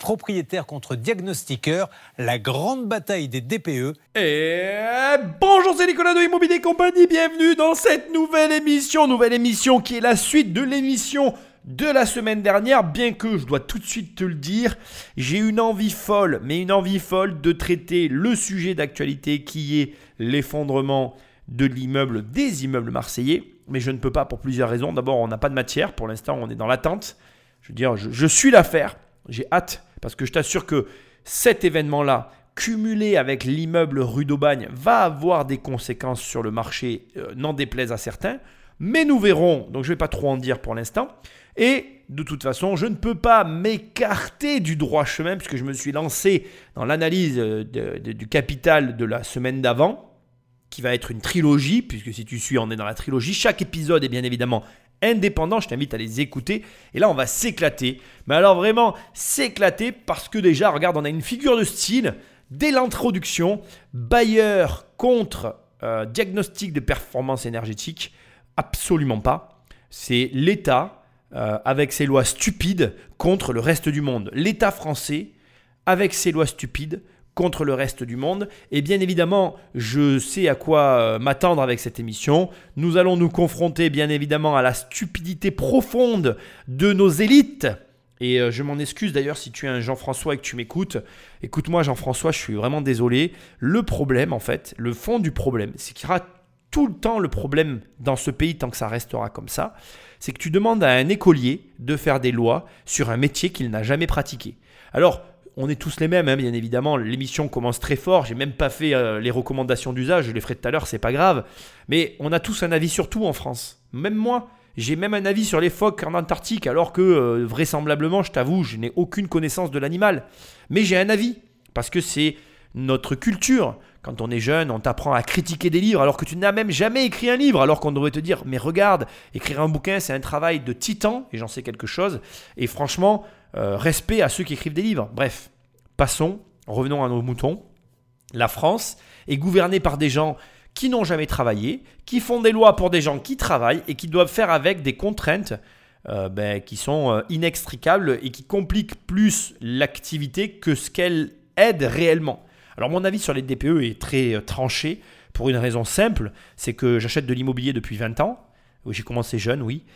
propriétaires contre diagnostiqueurs, la grande bataille des DPE. Et bonjour, c'est Nicolas de Immobilier Compagnie, bienvenue dans cette nouvelle émission qui est la suite de l'émission de la semaine dernière, bien que je dois tout de suite te le dire, j'ai une envie folle de traiter le sujet d'actualité qui est l'effondrement des immeubles marseillais, mais je ne peux pas pour plusieurs raisons. D'abord, on n'a pas de matière, pour l'instant on est dans l'attente, je suis l'affaire, j'ai hâte, parce que je t'assure que cet événement-là, cumulé avec l'immeuble rue d'Aubagne, va avoir des conséquences sur le marché, n'en déplaise à certains, mais nous verrons, donc je ne vais pas trop en dire pour l'instant. Et de toute façon, je ne peux pas m'écarter du droit chemin puisque je me suis lancé dans l'analyse du capital de la semaine d'avant, qui va être une trilogie, puisque si tu suis, on est dans la trilogie. Chaque épisode est bien évidemment indépendant, je t'invite à les écouter. Et là, on va s'éclater. Mais alors vraiment, s'éclater parce que déjà, regarde, on a une figure de style dès l'introduction. Bailleur contre diagnostic de performance énergétique. Absolument pas. C'est l'État avec ses lois stupides contre le reste du monde. L'État français avec ses lois stupides contre le reste du monde. Et bien évidemment, je sais à quoi m'attendre avec cette émission. Nous allons nous confronter bien évidemment à la stupidité profonde de nos élites. Et je m'en excuse d'ailleurs si tu es un Jean-François et que tu m'écoutes. Écoute-moi Jean-François, je suis vraiment désolé. Le problème en fait, le fond du problème, c'est qu'il y aura tout le temps le problème dans ce pays tant que ça restera comme ça. C'est que tu demandes à un écolier de faire des lois sur un métier qu'il n'a jamais pratiqué. Alors, on est tous les mêmes, bien évidemment. L'émission commence très fort. J'ai même pas fait les recommandations d'usage. Je les ferai tout à l'heure, c'est pas grave. Mais on a tous un avis sur tout en France. Même moi, j'ai même un avis sur les phoques en Antarctique, alors que vraisemblablement, je t'avoue, je n'ai aucune connaissance de l'animal. Mais j'ai un avis parce que c'est notre culture. Quand on est jeune, on t'apprend à critiquer des livres alors que tu n'as même jamais écrit un livre, alors qu'on devrait te dire « Mais regarde, écrire un bouquin, c'est un travail de titan, et j'en sais quelque chose. » Et franchement, respect à ceux qui écrivent des livres. Bref, passons, revenons à nos moutons. La France est gouvernée par des gens qui n'ont jamais travaillé, qui font des lois pour des gens qui travaillent et qui doivent faire avec des contraintes qui sont inextricables et qui compliquent plus l'activité que ce qu'elles aident réellement. Alors mon avis sur les DPE est très tranché pour une raison simple, c'est que j'achète de l'immobilier depuis 20 ans. J'ai commencé jeune, oui.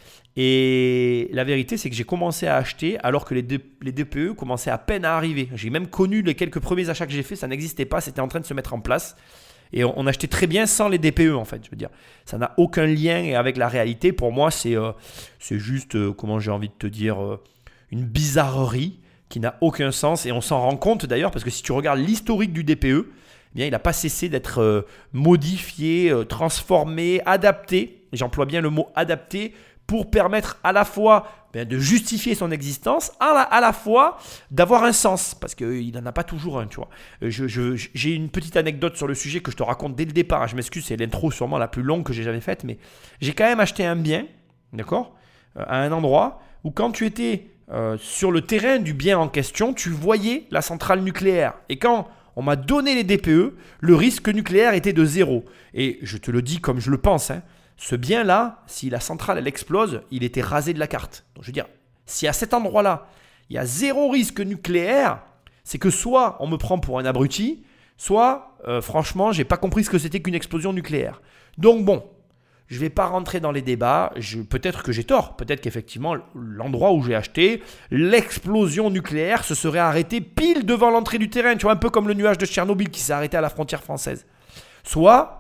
Et la vérité, c'est que j'ai commencé à acheter alors que les DPE commençaient à peine à arriver. J'ai même connu les quelques premiers achats que j'ai faits, ça n'existait pas, c'était en train de se mettre en place. Et on achetait très bien sans les DPE en fait. Je veux dire, ça n'a aucun lien avec la réalité. Pour moi, c'est juste, comment j'ai envie de te dire, une bizarrerie qui n'a aucun sens. Et on s'en rend compte d'ailleurs parce que si tu regardes l'historique du DPE, eh bien, il n'a pas cessé d'être modifié, transformé, adapté. J'emploie bien le mot adapté pour permettre à la fois de justifier son existence, à la fois d'avoir un sens, parce qu'il n'en a pas toujours un, tu vois. J'ai une petite anecdote sur le sujet que je te raconte dès le départ. Je m'excuse, c'est l'intro sûrement la plus longue que j'ai jamais faite, mais j'ai quand même acheté un bien, d'accord, à un endroit où quand tu étais sur le terrain du bien en question, tu voyais la centrale nucléaire. Et quand on m'a donné les DPE, le risque nucléaire était de 0. Et je te le dis comme je le pense, ce bien-là, si la centrale elle explose, il était rasé de la carte. Donc je veux dire, si à cet endroit-là, il y a 0 risque nucléaire, c'est que soit on me prend pour un abruti, soit franchement, j'ai pas compris ce que c'était qu'une explosion nucléaire. Donc bon, je ne vais pas rentrer dans les débats, peut-être que j'ai tort, peut-être qu'effectivement l'endroit où j'ai acheté, l'explosion nucléaire se serait arrêtée pile devant l'entrée du terrain, tu vois, un peu comme le nuage de Tchernobyl qui s'est arrêté à la frontière française. Soit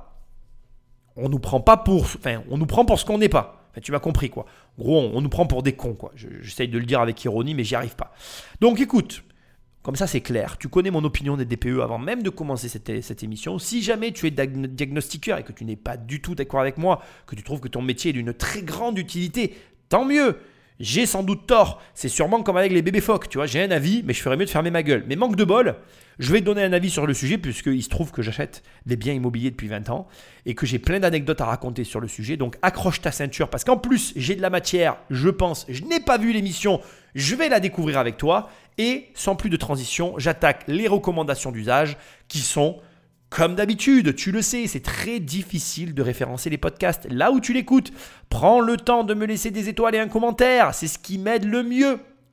on nous prend pour ce qu'on n'est pas. Enfin, tu m'as compris quoi. En gros, on nous prend pour des cons quoi. J'essaye de le dire avec ironie, mais j'y arrive pas. Donc écoute, comme ça c'est clair. Tu connais mon opinion des DPE avant même de commencer cette émission. Si jamais tu es diagnostiqueur et que tu n'es pas du tout d'accord avec moi, que tu trouves que ton métier est d'une très grande utilité, tant mieux. J'ai sans doute tort. C'est sûrement comme avec les bébés phoques. Tu vois, j'ai un avis, mais je ferais mieux de fermer ma gueule. Mais manque de bol, je vais te donner un avis sur le sujet puisqu'il se trouve que j'achète des biens immobiliers depuis 20 ans et que j'ai plein d'anecdotes à raconter sur le sujet. Donc accroche ta ceinture parce qu'en plus, j'ai de la matière, je pense. Je n'ai pas vu l'émission, je vais la découvrir avec toi. Et sans plus de transition, j'attaque les recommandations d'usage qui sont Comme d'habitude, tu le sais, c'est très difficile de référencer les podcasts. Là où tu l'écoutes, prends le temps de me laisser des étoiles et un commentaire. C'est ce qui m'aide le mieux.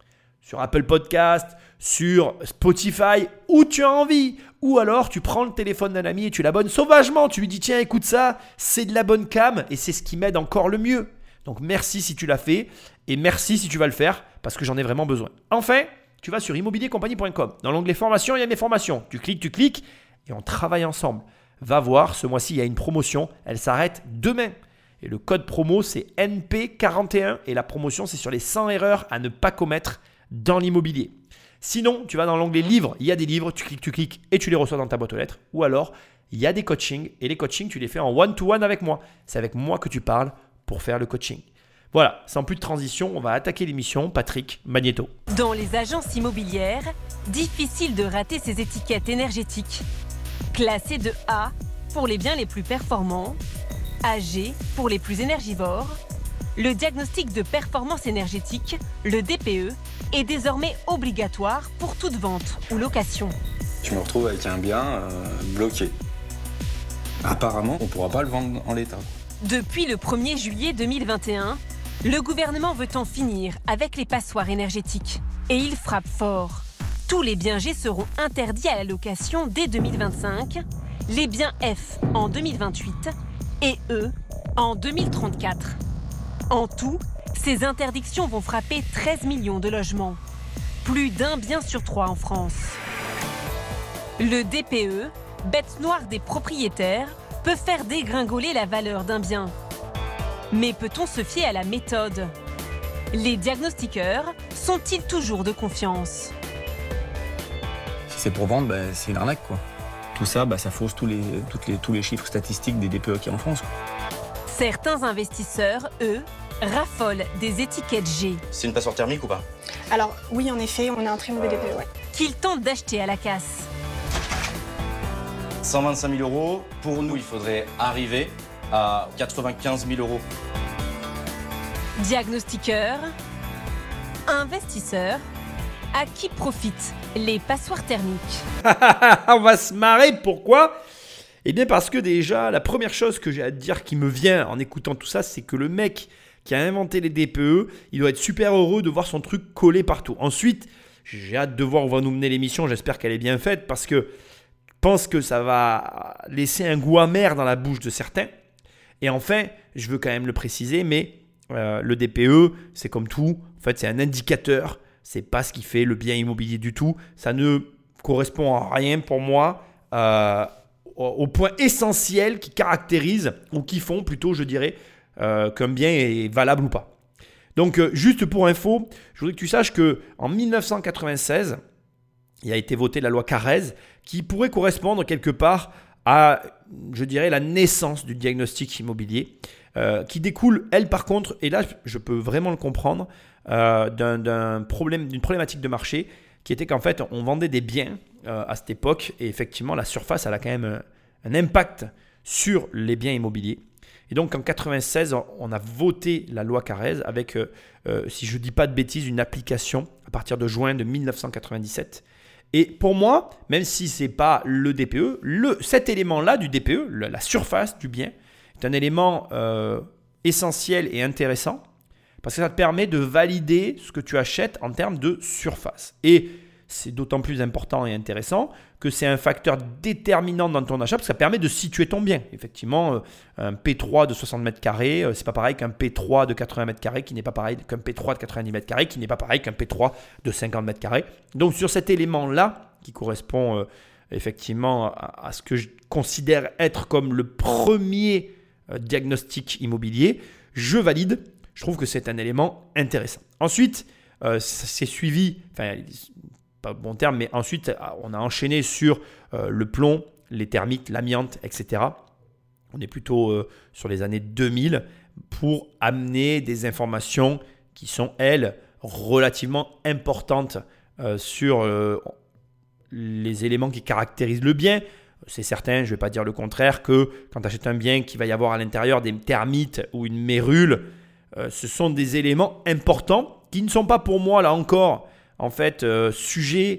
sur Apple Podcast, sur Spotify, où tu as envie. Ou alors, tu prends le téléphone d'un ami et tu l'abonnes sauvagement. Tu lui dis, tiens, écoute ça, c'est de la bonne cam et c'est ce qui m'aide encore le mieux. Donc, merci si tu l'as fait et merci si tu vas le faire parce que j'en ai vraiment besoin. Enfin, tu vas sur immobiliercompagnie.com. Dans l'onglet formation, il y a mes formations. Tu cliques et on travaille ensemble. Va voir, ce mois-ci, il y a une promotion. Elle s'arrête demain. Et le code promo, c'est NP41. Et la promotion, c'est sur les 100 erreurs à ne pas commettre dans l'immobilier. Sinon, tu vas dans l'onglet livres. Il y a des livres, tu cliques et tu les reçois dans ta boîte aux lettres. Ou alors, il y a des coachings. Et les coachings, tu les fais en one-to-one avec moi. C'est avec moi que tu parles pour faire le coaching. Voilà, sans plus de transition, on va attaquer l'émission. Patrick Magnéto. Dans les agences immobilières, difficile de rater ces étiquettes énergétiques. Classées de A pour les biens les plus performants, AG pour les plus énergivores, le diagnostic de performance énergétique, le DPE, est désormais obligatoire pour toute vente ou location. Je me retrouve avec un bien bloqué. Apparemment, on ne pourra pas le vendre en l'état. Depuis le 1er juillet 2021, le gouvernement veut en finir avec les passoires énergétiques. Et il frappe fort. Tous les biens G seront interdits à la location dès 2025, les biens F en 2028 et E en 2034. En tout, ces interdictions vont frapper 13 millions de logements. Plus d'un bien sur 3 en France. Le DPE, bête noire des propriétaires, peut faire dégringoler la valeur d'un bien. Mais peut-on se fier à la méthode ? Les diagnostiqueurs sont-ils toujours de confiance ? Si c'est pour vendre, c'est une arnaque, quoi. Tout ça, ça fausse tous les chiffres statistiques des DPE qu'il y a en France, quoi. Certains investisseurs, eux, raffolent des étiquettes G. C'est une passoire thermique ou pas ? Alors oui, en effet, on a un très mauvais DPE, ouais. Qu'ils tentent d'acheter à la casse. 125 000 euros. Pour nous, il faudrait arriver à 95 000 euros. Diagnostiqueurs, investisseurs, à qui profitent les passoires thermiques ? On va se marrer, pourquoi ? Eh bien parce que déjà, la première chose que j'ai à te dire qui me vient en écoutant tout ça, c'est que le mec qui a inventé les DPE, il doit être super heureux de voir son truc collé partout. Ensuite, j'ai hâte de voir où va nous mener l'émission, j'espère qu'elle est bien faite parce que je pense que ça va laisser un goût amer dans la bouche de certains. Et enfin, je veux quand même le préciser, mais le DPE, c'est comme tout, en fait c'est un indicateur, c'est pas ce qui fait le bien immobilier du tout, ça ne correspond à rien pour moi au point essentiel qui caractérise, ou qui font plutôt je dirais, qu'un bien est valable ou pas. Donc juste pour info, je voudrais que tu saches qu'en 1996, il a été voté la loi Carrez qui pourrait correspondre quelque part à, je dirais, la naissance du diagnostic immobilier, qui découle, elle par contre, et là je peux vraiment le comprendre, d'une problématique de marché qui était qu'en fait on vendait des biens à cette époque et effectivement la surface elle a quand même un impact sur les biens immobiliers. Et donc en 1996, on a voté la loi Carrez avec, si je ne dis pas de bêtises, une application à partir de juin de 1997. Et pour moi, même si ce n'est pas le DPE, cet élément-là du DPE, la surface du bien, est un élément essentiel et intéressant parce que ça te permet de valider ce que tu achètes en termes de surface. Et c'est d'autant plus important et intéressant que c'est un facteur déterminant dans ton achat parce que ça permet de situer ton bien. Effectivement, un P3 de 60 mètres carrés, c'est pas pareil qu'un P3 de 80 mètres carrés qui n'est pas pareil qu'un P3 de 90 mètres carrés qui n'est pas pareil qu'un P3 de 50 mètres carrés. Donc sur cet élément-là qui correspond effectivement à ce que je considère être comme le premier diagnostic immobilier, je valide. Je trouve que c'est un élément intéressant. Ensuite, c'est suivi, enfin, pas bon terme, mais ensuite, on a enchaîné sur le plomb, les thermiques, l'amiante, etc. On est plutôt sur les années 2000 pour amener des informations qui sont, elles, relativement importantes sur les éléments qui caractérisent le bien. C'est certain, je ne vais pas dire le contraire, que quand tu achètes un bien qu'il va y avoir à l'intérieur des termites ou une mérule, ce sont des éléments importants qui ne sont pas pour moi, là encore, en fait, sujets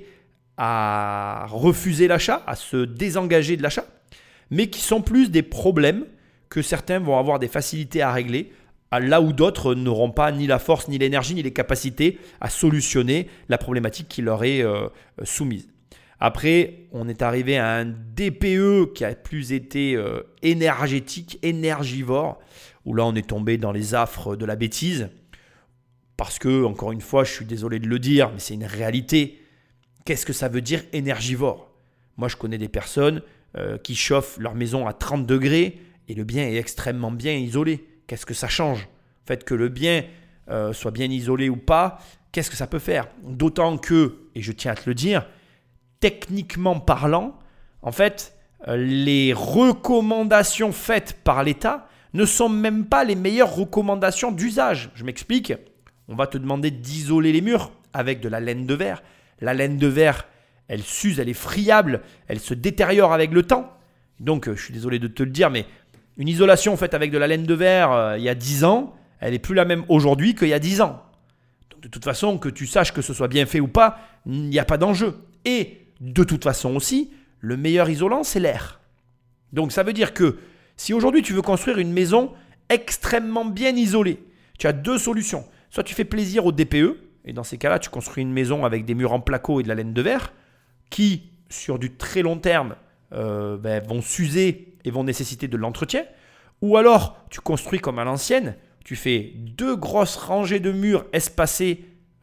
à refuser l'achat, à se désengager de l'achat, mais qui sont plus des problèmes que certains vont avoir des facilités à régler là où d'autres n'auront pas ni la force, ni l'énergie, ni les capacités à solutionner la problématique qui leur est soumise. Après, on est arrivé à un DPE qui a plus été énergétique, énergivore, où là on est tombé dans les affres de la bêtise. Parce que, encore une fois, je suis désolé de le dire, mais c'est une réalité. Qu'est-ce que ça veut dire énergivore ? Moi, je connais des personnes qui chauffent leur maison à 30 degrés et le bien est extrêmement bien isolé. Qu'est-ce que ça change ? Le fait que le bien soit bien isolé ou pas, qu'est-ce que ça peut faire ? D'autant que, et je tiens à te le dire, techniquement parlant, en fait, les recommandations faites par l'État ne sont même pas les meilleures recommandations d'usage. Je m'explique. On va te demander d'isoler les murs avec de la laine de verre. La laine de verre, elle s'use, elle est friable, elle se détériore avec le temps. Donc, je suis désolé de te le dire, mais une isolation faite avec de la laine de verre il y a 10 ans, elle n'est plus la même aujourd'hui qu'il y a 10 ans. Donc, de toute façon, que tu saches que ce soit bien fait ou pas, il n'y a pas d'enjeu. Et de toute façon aussi, le meilleur isolant, c'est l'air. Donc, ça veut dire que si aujourd'hui tu veux construire une maison extrêmement bien isolée, tu as 2 solutions. Soit tu fais plaisir au DPE, et dans ces cas-là, tu construis une maison avec des murs en placo et de la laine de verre qui, sur du très long terme, vont s'user et vont nécessiter de l'entretien. Ou alors, tu construis comme à l'ancienne, tu fais 2 grosses rangées de murs espacés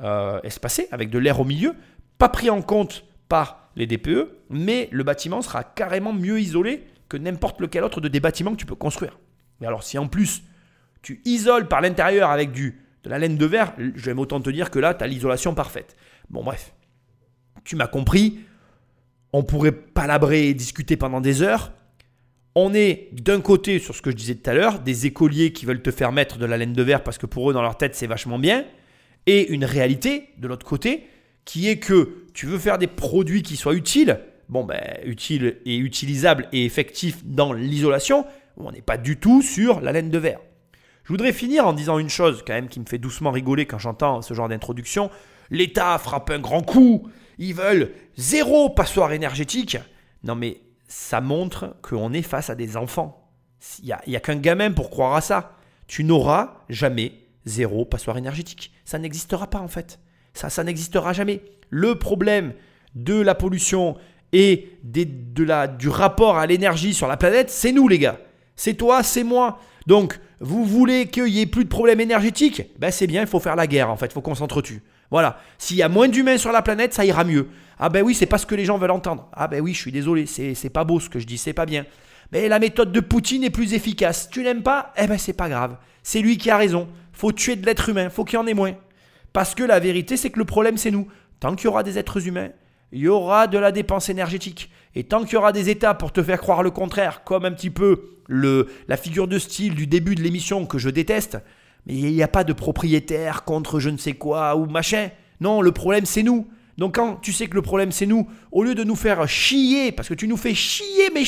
avec de l'air au milieu, pas pris en compte par les DPE, mais le bâtiment sera carrément mieux isolé que n'importe lequel autre des bâtiments que tu peux construire. Et alors, si en plus, tu isoles par l'intérieur avec de la laine de verre, j'aime autant te dire que là, tu as l'isolation parfaite. Bon, bref, tu m'as compris. On pourrait palabrer et discuter pendant des heures. On est d'un côté, sur ce que je disais tout à l'heure, des écoliers qui veulent te faire mettre de la laine de verre parce que pour eux, dans leur tête, c'est vachement bien. Et une réalité, de l'autre côté, qui est que tu veux faire des produits qui soient utiles, utiles et utilisables et effectifs dans l'isolation, on n'est pas du tout sur la laine de verre. Je voudrais finir en disant une chose quand même qui me fait doucement rigoler quand j'entends ce genre d'introduction. L'État frappe un grand coup, ils veulent 0 passoire énergétique. Non mais ça montre qu'on est face à des enfants. Il n'y a qu'un gamin pour croire à ça. Tu n'auras jamais 0 passoire énergétique. Ça n'existera pas en fait. Ça n'existera jamais. Le problème de la pollution et du rapport à l'énergie sur la planète, c'est nous les gars. C'est toi, c'est moi. Donc, vous voulez qu'il n'y ait plus de problème énergétique ? C'est bien, il faut faire la guerre en fait, il faut qu'on s'entretue. Voilà, s'il y a moins d'humains sur la planète, ça ira mieux. Ah ben oui, c'est pas ce que les gens veulent entendre. Ah ben oui, je suis désolé, c'est pas beau ce que je dis, c'est pas bien. Mais la méthode de Poutine est plus efficace. Tu n'aimes pas ? C'est pas grave. C'est lui qui a raison. Faut tuer de l'être humain, faut qu'il y en ait moins. Parce que la vérité, c'est que le problème, c'est nous. Tant qu'il y aura des êtres humains, il y aura de la dépense énergétique. Et tant qu'il y aura des États pour te faire croire le contraire, comme un petit peu la figure de style du début de l'émission que je déteste, mais il n'y a pas de propriétaire contre je ne sais quoi ou machin. Non, le problème c'est nous. Donc quand tu sais que le problème c'est nous, au lieu de nous faire chier, parce que tu nous fais chier, mais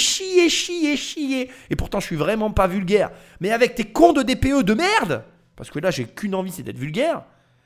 chier, et pourtant je suis vraiment pas vulgaire, mais avec tes cons de DPE de merde, parce que là j'ai qu'une envie, c'est d'être vulgaire,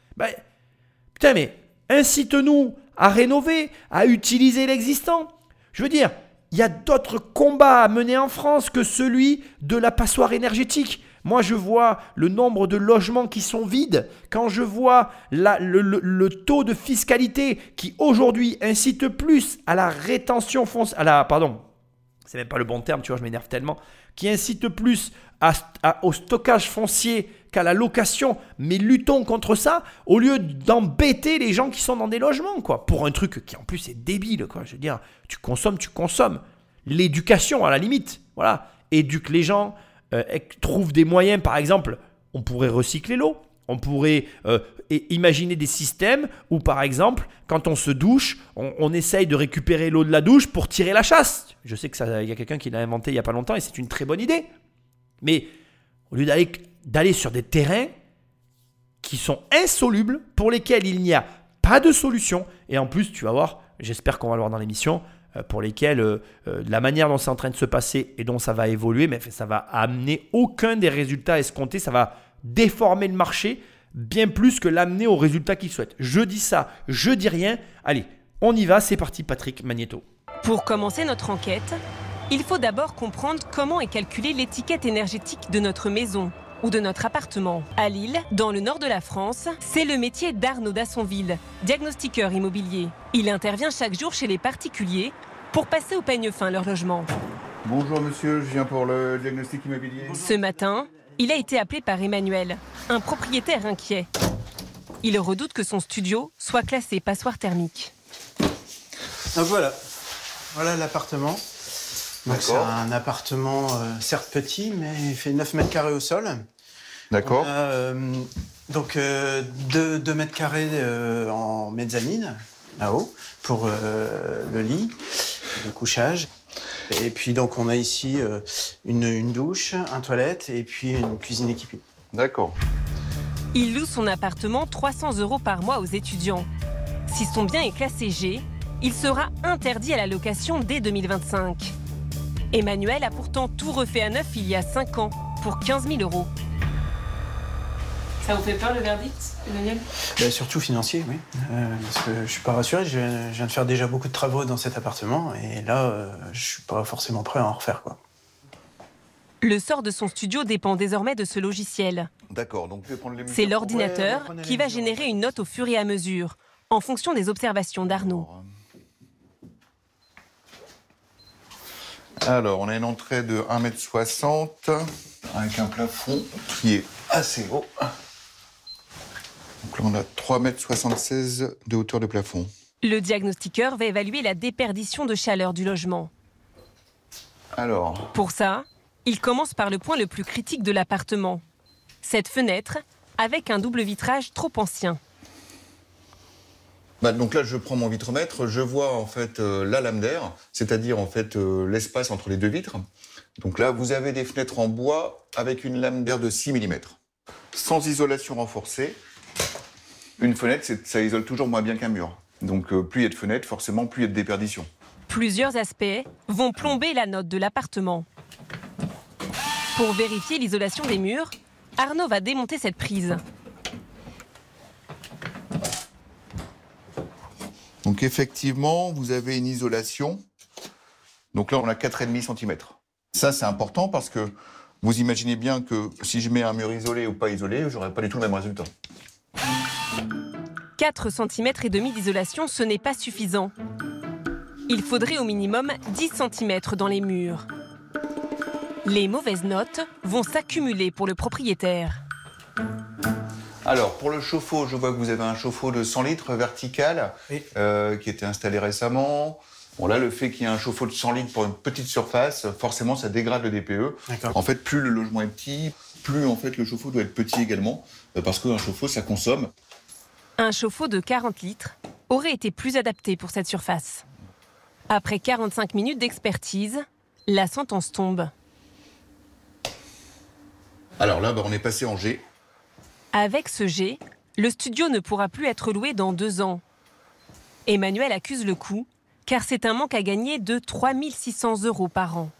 putain mais incite-nous à rénover, à utiliser l'existant. Je veux dire, il y a d'autres combats à mener en France que celui de la passoire énergétique. Moi, je vois le nombre de logements qui sont vides. Quand je vois le taux de fiscalité qui aujourd'hui incite plus à la rétention foncière, c'est même pas le bon terme, tu vois, je m'énerve tellement, qui incite plus au stockage foncier qu'à la location, mais luttons contre ça au lieu d'embêter les gens qui sont dans des logements, quoi. Pour un truc qui en plus est débile, quoi. Je veux dire, tu consommes. L'éducation à la limite, voilà. Éduque les gens, trouve des moyens, par exemple, on pourrait recycler l'eau. On pourrait imaginer des systèmes où, par exemple, quand on se douche, on essaye de récupérer l'eau de la douche pour tirer la chasse. Je sais qu'il y a quelqu'un qui l'a inventé il n'y a pas longtemps et c'est une très bonne idée. Mais au lieu d'aller sur des terrains qui sont insolubles, pour lesquels il n'y a pas de solution, et en plus, tu vas voir, j'espère qu'on va le voir dans l'émission, pour lesquels la manière dont c'est en train de se passer et dont ça va évoluer, mais ça va amener aucun des résultats escomptés, ça va déformer le marché bien plus que l'amener aux résultats qu'il souhaite. Je dis ça, je dis rien. Allez, on y va, c'est parti Patrick Magnéto. Pour commencer notre enquête, il faut d'abord comprendre comment est calculée l'étiquette énergétique de notre maison. ou de notre appartement. À Lille, dans le nord de la France, c'est le métier d'Arnaud Dassonville, diagnostiqueur immobilier. Il intervient chaque jour chez les particuliers pour passer au peigne fin leur logement. Bonjour monsieur, je viens pour le diagnostic immobilier. Ce matin, il a été appelé par Emmanuel, un propriétaire inquiet. Il redoute que son studio soit classé passoire thermique. Donc voilà l'appartement. Donc c'est un appartement certes petit, mais il fait 9 mètres carrés au sol. D'accord. Donc 2 mètres carrés en mezzanine, là-haut, pour le lit, le couchage. Et puis donc on a ici une douche, un toilette et puis une cuisine équipée. D'accord. Il loue son appartement 300 € par mois aux étudiants. Si son bien est classé G, il sera interdit à la location dès 2025. Emmanuel a pourtant tout refait à neuf il y a 5 ans, pour 15 000 €. Ça vous fait peur le verdict, Emmanuel ? Surtout financier, oui. Parce que je suis pas rassuré, je viens de faire déjà beaucoup de travaux dans cet appartement et là, je suis pas forcément prêt à en refaire, quoi. Le sort de son studio dépend désormais de ce logiciel. D'accord, donc je vais prendre les mesures. C'est l'ordinateur prenez qui les va mesures. générer une note au fur et à mesure, en fonction des observations d'Arnaud. Alors, on a une entrée de 1,60 m avec un plafond qui est assez haut. Donc là, on a 3,76 m de hauteur de plafond. Le diagnostiqueur va évaluer la déperdition de chaleur du logement. Alors, Pour ça, il commence par le point le plus critique de l'appartement. Cette fenêtre, avec un double vitrage trop ancien. donc là, je prends mon vitromètre, je vois en fait la lame d'air, c'est-à-dire en fait l'espace entre les deux vitres. Donc là, vous avez des fenêtres en bois avec une lame d'air de 6 mm. Sans isolation renforcée, une fenêtre, ça isole toujours moins bien qu'un mur. Donc plus il y a de fenêtres, forcément, plus il y a de déperdition. Plusieurs aspects vont plomber la note de l'appartement. Pour vérifier l'isolation des murs, Arnaud va démonter cette prise. Donc effectivement, vous avez une isolation. Donc là, on a 4,5 cm. Ça, c'est important parce que vous imaginez bien que si je mets un mur isolé ou pas isolé, j'aurai pas du tout le même résultat. 4,5 cm d'isolation, ce n'est pas suffisant. Il faudrait au minimum 10 cm dans les murs. Les mauvaises notes vont s'accumuler pour le propriétaire. Alors, pour le chauffe-eau, je vois que vous avez un chauffe-eau de 100 litres vertical Oui. qui a été installé récemment. Bon, là, le fait qu'il y ait un chauffe-eau de 100 litres pour une petite surface, forcément, ça dégrade le DPE. D'accord. En fait, plus le logement est petit, plus en fait, le chauffe-eau doit être petit également, parce qu'un chauffe-eau, ça consomme. Un chauffe-eau de 40 litres aurait été plus adapté pour cette surface. Après 45 minutes d'expertise, la sentence tombe. Alors là, on est passé en G. Avec ce G, le studio ne pourra plus être loué dans 2 ans. Emmanuel accuse le coup, car c'est un manque à gagner de 3 600 € par an.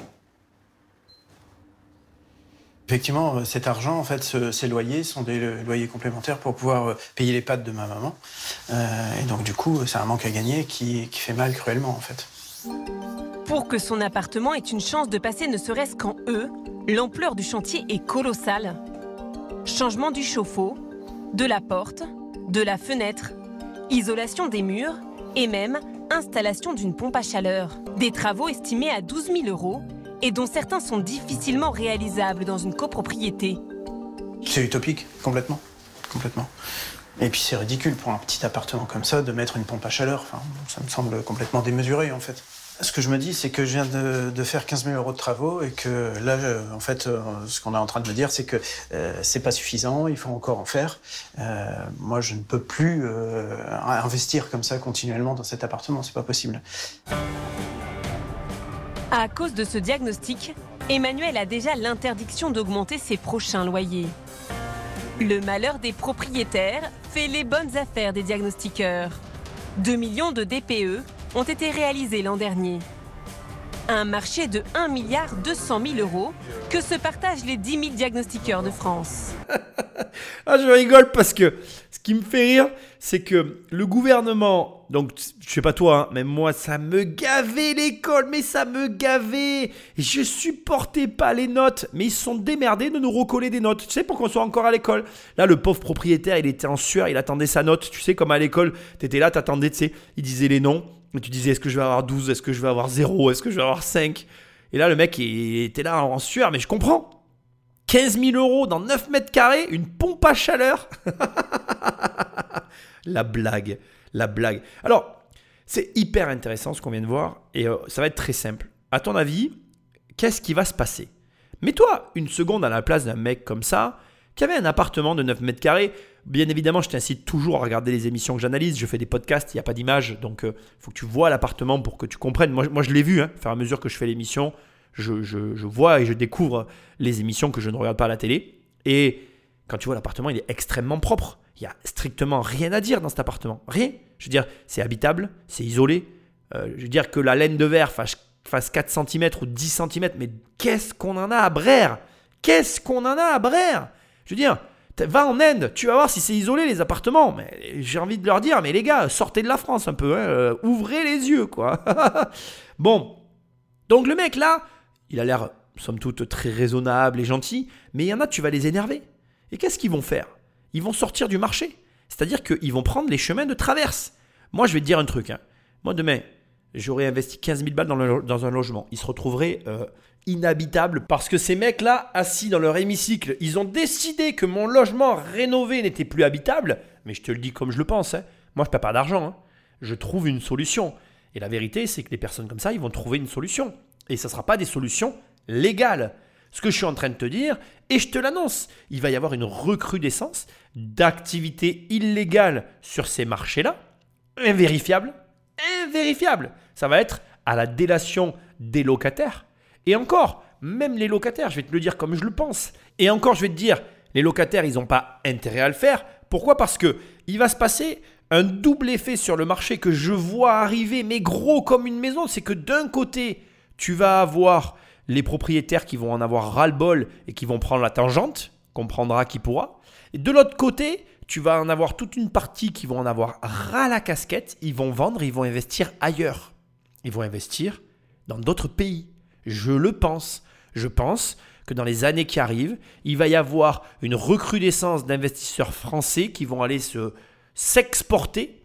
Effectivement, cet argent, en fait, ces loyers sont des loyers complémentaires pour pouvoir payer les pâtes de ma maman. Et donc, du coup, c'est un manque à gagner qui fait mal cruellement, en fait. Pour que son appartement ait une chance de passer ne serait-ce qu'en E, l'ampleur du chantier est colossale. Changement du chauffe-eau, de la porte, de la fenêtre, isolation des murs et même installation d'une pompe à chaleur. Des travaux estimés à 12 000 € et dont certains sont difficilement réalisables dans une copropriété. C'est utopique, complètement. Complètement. Et puis c'est ridicule pour un petit appartement comme ça de mettre une pompe à chaleur. Enfin, ça me semble complètement démesuré, en fait. Ce que je me dis, c'est que je viens de faire 15 000 € de travaux et que là, en fait, ce qu'on est en train de me dire, c'est que c'est pas suffisant, il faut encore en faire. Moi, je ne peux plus investir comme ça continuellement dans cet appartement, c'est pas possible. À cause de ce diagnostic, Emmanuel a déjà l'interdiction d'augmenter ses prochains loyers. Le malheur des propriétaires fait les bonnes affaires des diagnostiqueurs. 2 millions de DPE ont été réalisés l'an dernier. Un marché de 1 200 000 € que se partagent les 10 000 diagnostiqueurs de France. Ah, je rigole parce que ce qui me fait rire, c'est que le gouvernement Donc, je sais pas toi, hein, mais moi, ça me gavait l'école, mais ça me gavait. Et je supportais pas les notes, mais ils se sont démerdés de nous recoller des notes. Tu sais, pour qu'on soit encore à l'école. Là, le pauvre propriétaire, il était en sueur, il attendait sa note. Tu sais, comme à l'école, t'étais là, t'attendais, tu sais, il disait les noms. Et tu disais, est-ce que je vais avoir 12, est-ce que je vais avoir 0, est-ce que je vais avoir 5 ? Et là, le mec, il était là en sueur, mais je comprends. 15 000 € dans 9 mètres carrés, une pompe à chaleur. La blague. Alors, c'est hyper intéressant ce qu'on vient de voir et ça va être très simple. À ton avis, qu'est-ce qui va se passer ? Mets-toi une seconde à la place d'un mec comme ça qui avait un appartement de 9 mètres carrés. Bien évidemment, je t'incite toujours à regarder les émissions que j'analyse. Je fais des podcasts, il n'y a pas d'image, donc il faut que tu vois l'appartement pour que tu comprennes. Moi je l'ai vu, au fur et à mesure que je fais l'émission, je vois et je découvre les émissions que je ne regarde pas à la télé. Et quand tu vois l'appartement, il est extrêmement propre. Il n'y a strictement rien à dire dans cet appartement. Rien. Je veux dire, c'est habitable, c'est isolé. Je veux dire que la laine de verre fasse 4 cm ou 10 cm, mais qu'est-ce qu'on en a à Brère ? Je veux dire, va en Inde, tu vas voir si c'est isolé les appartements. Mais j'ai envie de leur dire, mais les gars, sortez de la France un peu. Ouvrez les yeux, quoi. Bon, donc le mec là, il a l'air, somme toute, très raisonnable et gentil, mais il y en a, tu vas les énerver. Et qu'est-ce qu'ils vont faire ? Ils vont sortir du marché. C'est-à-dire qu'ils vont prendre les chemins de traverse. Moi, je vais te dire un truc. Moi, demain, j'aurais investi 15 000 balles dans un logement. Il se retrouverait inhabitable parce que ces mecs-là, assis dans leur hémicycle, ils ont décidé que mon logement rénové n'était plus habitable. Mais je te le dis comme je le pense. Moi, je ne perds pas d'argent. Je trouve une solution. Et la vérité, c'est que les personnes comme ça, ils vont trouver une solution. Et ça ne sera pas des solutions légales. Ce que je suis en train de te dire, et je te l'annonce, il va y avoir une recrudescence d'activités illégales sur ces marchés-là, invérifiables. Ça va être à la délation des locataires. Et encore, même les locataires, je vais te le dire comme je le pense. Et encore, je vais te dire, les locataires, ils n'ont pas intérêt à le faire. Pourquoi ? Parce qu'il va se passer un double effet sur le marché que je vois arriver, mais gros comme une maison. C'est que d'un côté, tu vas avoir les propriétaires qui vont en avoir ras-le-bol et qui vont prendre la tangente, comprendra qui pourra. Et de l'autre côté, tu vas en avoir toute une partie qui vont en avoir ras la casquette, ils vont vendre, ils vont investir ailleurs. Ils vont investir dans d'autres pays. Je le pense. Je pense que dans les années qui arrivent, il va y avoir une recrudescence d'investisseurs français qui vont aller s'exporter,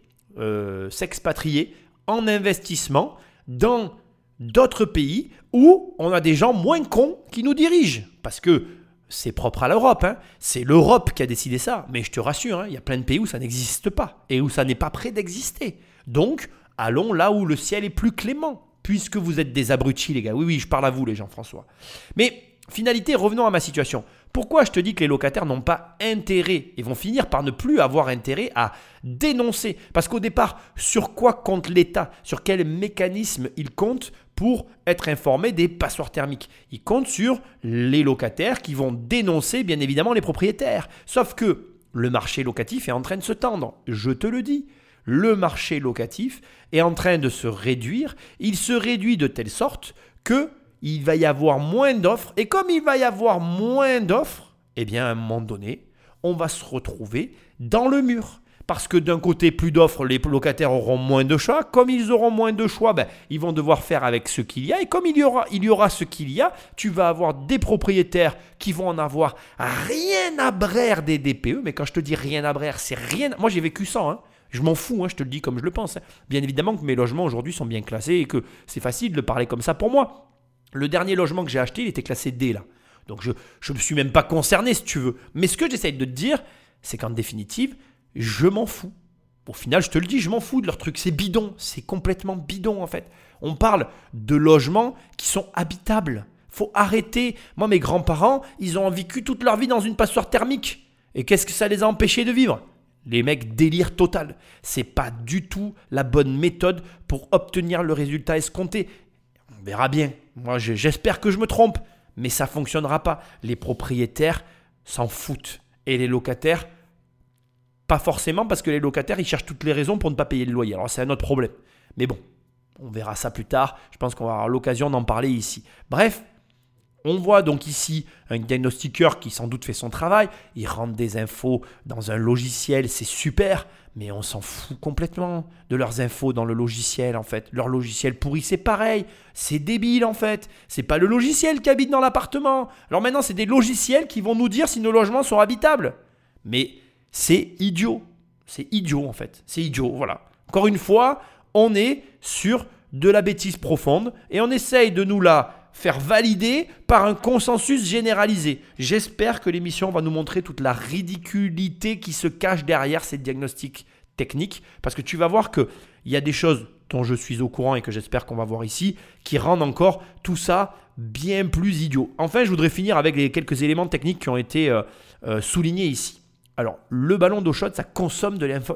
s'expatrier en investissement dans d'autres pays où on a des gens moins cons qui nous dirigent. Parce que c'est propre à l'Europe. C'est l'Europe qui a décidé ça. Mais je te rassure, il y a plein de pays où ça n'existe pas et où ça n'est pas prêt d'exister. Donc, allons là où le ciel est plus clément. Puisque vous êtes des abrutis, les gars. Oui, je parle à vous, les Jean-François. Mais, finalité, revenons à ma situation. Pourquoi je te dis que les locataires n'ont pas intérêt et vont finir par ne plus avoir intérêt à dénoncer ? Parce qu'au départ, sur quoi compte l'État ? Sur quel mécanisme il compte pour être informé des passoires thermiques ? Il compte sur les locataires qui vont dénoncer, bien évidemment, les propriétaires. Sauf que le marché locatif est en train de se tendre. Je te le dis. Le marché locatif est en train de se réduire. Il se réduit de telle sorte qu'il va y avoir moins d'offres. Et comme il va y avoir moins d'offres, eh bien, à un moment donné, on va se retrouver dans le mur. Parce que d'un côté, plus d'offres, les locataires auront moins de choix. Comme ils auront moins de choix, ils vont devoir faire avec ce qu'il y a. Et comme il y aura ce qu'il y a, tu vas avoir des propriétaires qui vont en avoir rien à brère des DPE. Mais quand je te dis rien à brère, c'est rien. Moi, j'ai vécu ça, Je m'en fous, je te le dis comme je le pense. Bien évidemment que mes logements aujourd'hui sont bien classés et que c'est facile de parler comme ça pour moi. Le dernier logement que j'ai acheté, il était classé D là. Donc je ne me suis même pas concerné si tu veux. Mais ce que j'essaye de te dire, c'est qu'en définitive, je m'en fous. Au final, je te le dis, je m'en fous de leur truc. C'est bidon, c'est complètement bidon en fait. On parle de logements qui sont habitables. Faut arrêter. Moi, mes grands-parents, ils ont vécu toute leur vie dans une passoire thermique. Et qu'est-ce que ça les a empêchés de vivre ? Les mecs, délire total. C'est pas du tout la bonne méthode pour obtenir le résultat escompté. On verra bien. Moi, j'espère que je me trompe. Mais ça ne fonctionnera pas. Les propriétaires s'en foutent. Et les locataires, pas forcément, parce que les locataires, ils cherchent toutes les raisons pour ne pas payer le loyer. Alors, c'est un autre problème. Mais bon, on verra ça plus tard. Je pense qu'on va avoir l'occasion d'en parler ici. Bref. On voit donc ici un diagnostiqueur qui sans doute fait son travail, il rentre des infos dans un logiciel, c'est super, Mais on s'en fout complètement de leurs infos dans le logiciel, en fait. Leur logiciel pourri, c'est pareil. C'est débile, en fait. C'est pas le logiciel qui habite dans l'appartement. Alors maintenant, c'est des logiciels qui vont nous dire si nos logements sont habitables. Mais c'est idiot. C'est idiot, en fait. C'est idiot, voilà. Encore une fois, on est sur de la bêtise profonde et on essaye de nous la faire valider par un consensus généralisé. J'espère que l'émission va nous montrer toute la ridiculité qui se cache derrière ces diagnostics techniques, parce que tu vas voir qu'il y a des choses dont je suis au courant et que j'espère qu'on va voir ici, qui rendent encore tout ça bien plus idiot. Enfin, je voudrais finir avec les quelques éléments techniques qui ont été soulignés ici. Alors, le ballon d'eau chaude, ça consomme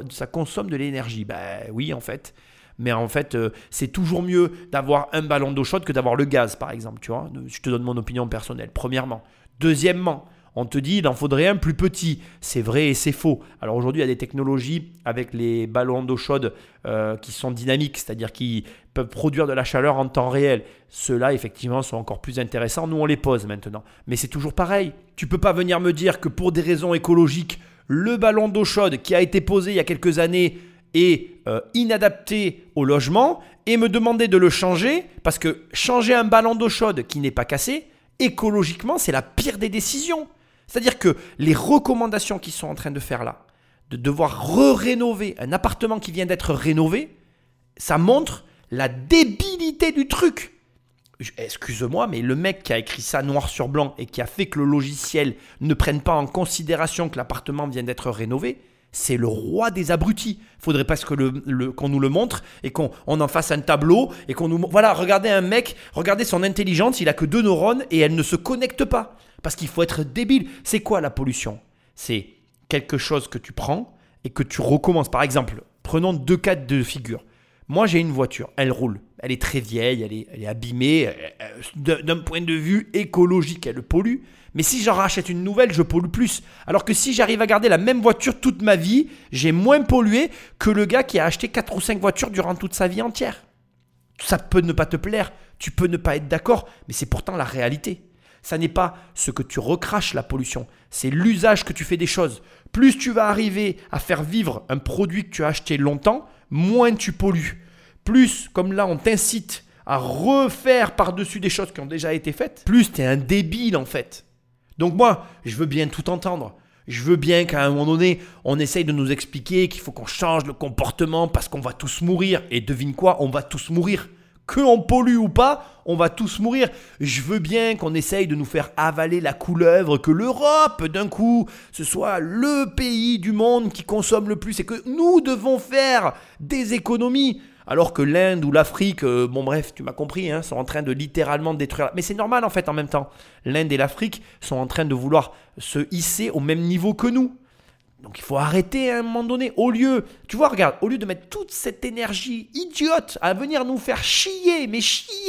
de l'énergie. Ben oui, en fait. Mais en fait, c'est toujours mieux d'avoir un ballon d'eau chaude que d'avoir le gaz, par exemple. Tu vois, je te donne mon opinion personnelle, premièrement. Deuxièmement, on te dit qu'il en faudrait un plus petit. C'est vrai et c'est faux. Alors aujourd'hui, il y a des technologies avec les ballons d'eau chaude qui sont dynamiques, c'est-à-dire qui peuvent produire de la chaleur en temps réel. Ceux-là, effectivement, sont encore plus intéressants. Nous, on les pose maintenant. Mais c'est toujours pareil. Tu ne peux pas venir me dire que pour des raisons écologiques, le ballon d'eau chaude qui a été posé il y a quelques années est inadapté au logement et me demander de le changer, parce que changer un ballon d'eau chaude qui n'est pas cassé, écologiquement, c'est la pire des décisions. C'est-à-dire que les recommandations qu'ils sont en train de faire là, de devoir rénover un appartement qui vient d'être rénové, ça montre la débilité du truc. Excuse-moi, mais le mec qui a écrit ça noir sur blanc et qui a fait que le logiciel ne prenne pas en considération que l'appartement vient d'être rénové, c'est le roi des abrutis. Il faudrait pas qu'on nous le montre et qu'on en fasse un tableau et qu'on nous... Voilà, regardez un mec, regardez son intelligence, il a que 2 neurones et elle ne se connecte pas. Parce qu'il faut être débile. C'est quoi la pollution? C'est quelque chose que tu prends et que tu recommences. Par exemple, prenons 2 cas de figure. Moi, j'ai une voiture, elle roule. Elle est très vieille, elle est abîmée. D'un point de vue écologique, elle pollue. Mais si j'en rachète une nouvelle, je pollue plus. Alors que si j'arrive à garder la même voiture toute ma vie, j'ai moins pollué que le gars qui a acheté 4 ou 5 voitures durant toute sa vie entière. Ça peut ne pas te plaire, tu peux ne pas être d'accord, mais c'est pourtant la réalité. Ça n'est pas ce que tu recraches, la pollution, c'est l'usage que tu fais des choses. Plus tu vas arriver à faire vivre un produit que tu as acheté longtemps, moins tu pollues. Plus, comme là, on t'incite à refaire par-dessus des choses qui ont déjà été faites, plus tu es un débile en fait. Donc moi, je veux bien tout entendre. Je veux bien qu'à un moment donné, on essaye de nous expliquer qu'il faut qu'on change le comportement parce qu'on va tous mourir. Et devine quoi, on va tous mourir. Qu'on pollue ou pas, on va tous mourir. Je veux bien qu'on essaye de nous faire avaler la couleuvre, que l'Europe, d'un coup, ce soit le pays du monde qui consomme le plus et que nous devons faire des économies. Alors que l'Inde ou l'Afrique, bon bref, tu m'as compris, sont en train de littéralement détruire. Mais c'est normal en fait en même temps. L'Inde et l'Afrique sont en train de vouloir se hisser au même niveau que nous. Donc il faut arrêter à un moment donné. Au lieu, tu vois, regarde, au lieu de mettre toute cette énergie idiote à venir nous faire chier, mais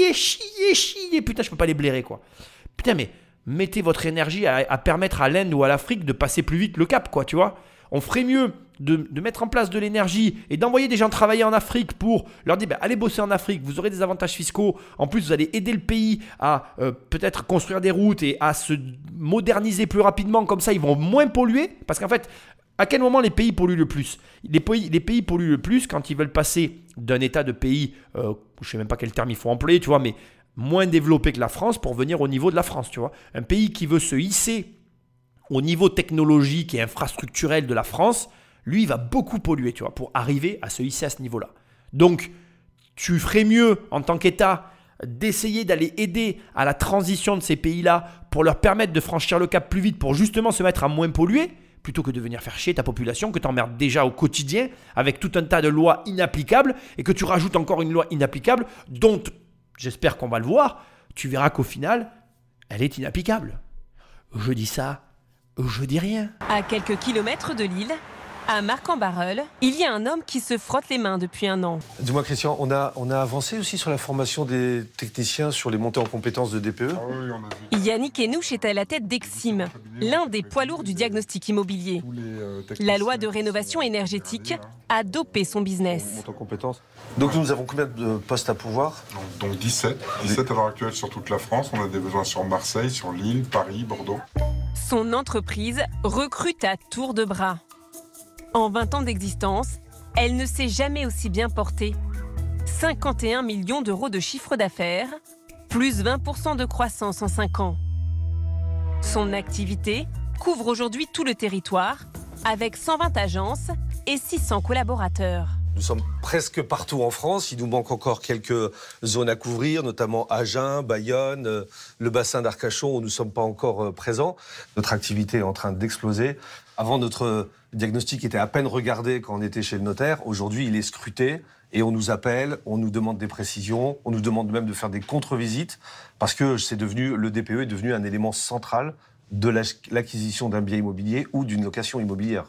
chier, putain, je peux pas les blairer quoi. Putain, mais mettez votre énergie à permettre à l'Inde ou à l'Afrique de passer plus vite le cap quoi, tu vois. On ferait mieux de mettre en place de l'énergie et d'envoyer des gens travailler en Afrique pour leur dire allez bosser en Afrique, vous aurez des avantages fiscaux, en plus vous allez aider le pays à peut-être construire des routes et à se moderniser plus rapidement, comme ça ils vont moins polluer, parce qu'en fait à quel moment les pays polluent le plus? Les pays polluent le plus quand ils veulent passer d'un état de pays, je ne sais même pas quel terme il faut employer, tu vois, mais moins développé que la France pour venir au niveau de la France, tu vois. Un pays qui veut se hisser au niveau technologique et infrastructurel de la France, lui, il va beaucoup polluer, tu vois, pour arriver à se hisser à ce niveau-là. Donc, tu ferais mieux en tant qu'État d'essayer d'aller aider à la transition de ces pays-là pour leur permettre de franchir le cap plus vite pour justement se mettre à moins polluer, plutôt que de venir faire chier ta population que tu emmerdes déjà au quotidien avec tout un tas de lois inapplicables et que tu rajoutes encore une loi inapplicable dont, j'espère qu'on va le voir, tu verras qu'au final, elle est inapplicable. Je dis ça, je dis rien. À quelques kilomètres de Lille, à Marc-en-Barœul, il y a un homme qui se frotte les mains depuis 1 an. Dis-moi Christian, on a avancé aussi sur la formation des techniciens sur les montées en compétences de DPE? Ah oui, on a vu. Yannick Henouche est à la tête d'Exim, l'un des poids lourds du diagnostic immobilier. La loi de rénovation énergétique a dopé son business. Montées en compétences. Donc nous avons combien de postes à pourvoir? Donc 17 à l'heure actuelle sur toute la France. On a des besoins sur Marseille, sur Lille, Paris, Bordeaux. Son entreprise recrute à tour de bras. En 20 ans d'existence, elle ne s'est jamais aussi bien portée. 51 millions d'euros de chiffre d'affaires, plus 20% de croissance en 5 ans. Son activité couvre aujourd'hui tout le territoire, avec 120 agences et 600 collaborateurs. Nous sommes presque partout en France. Il nous manque encore quelques zones à couvrir, notamment Agen, Bayonne, le bassin d'Arcachon où nous ne sommes pas encore présents. Notre activité est en train d'exploser. Avant, notre diagnostic était à peine regardé quand on était chez le notaire. Aujourd'hui, il est scruté et on nous appelle, on nous demande des précisions, on nous demande même de faire des contre-visites parce que le DPE est devenu un élément central de l'acquisition d'un bien immobilier ou d'une location immobilière.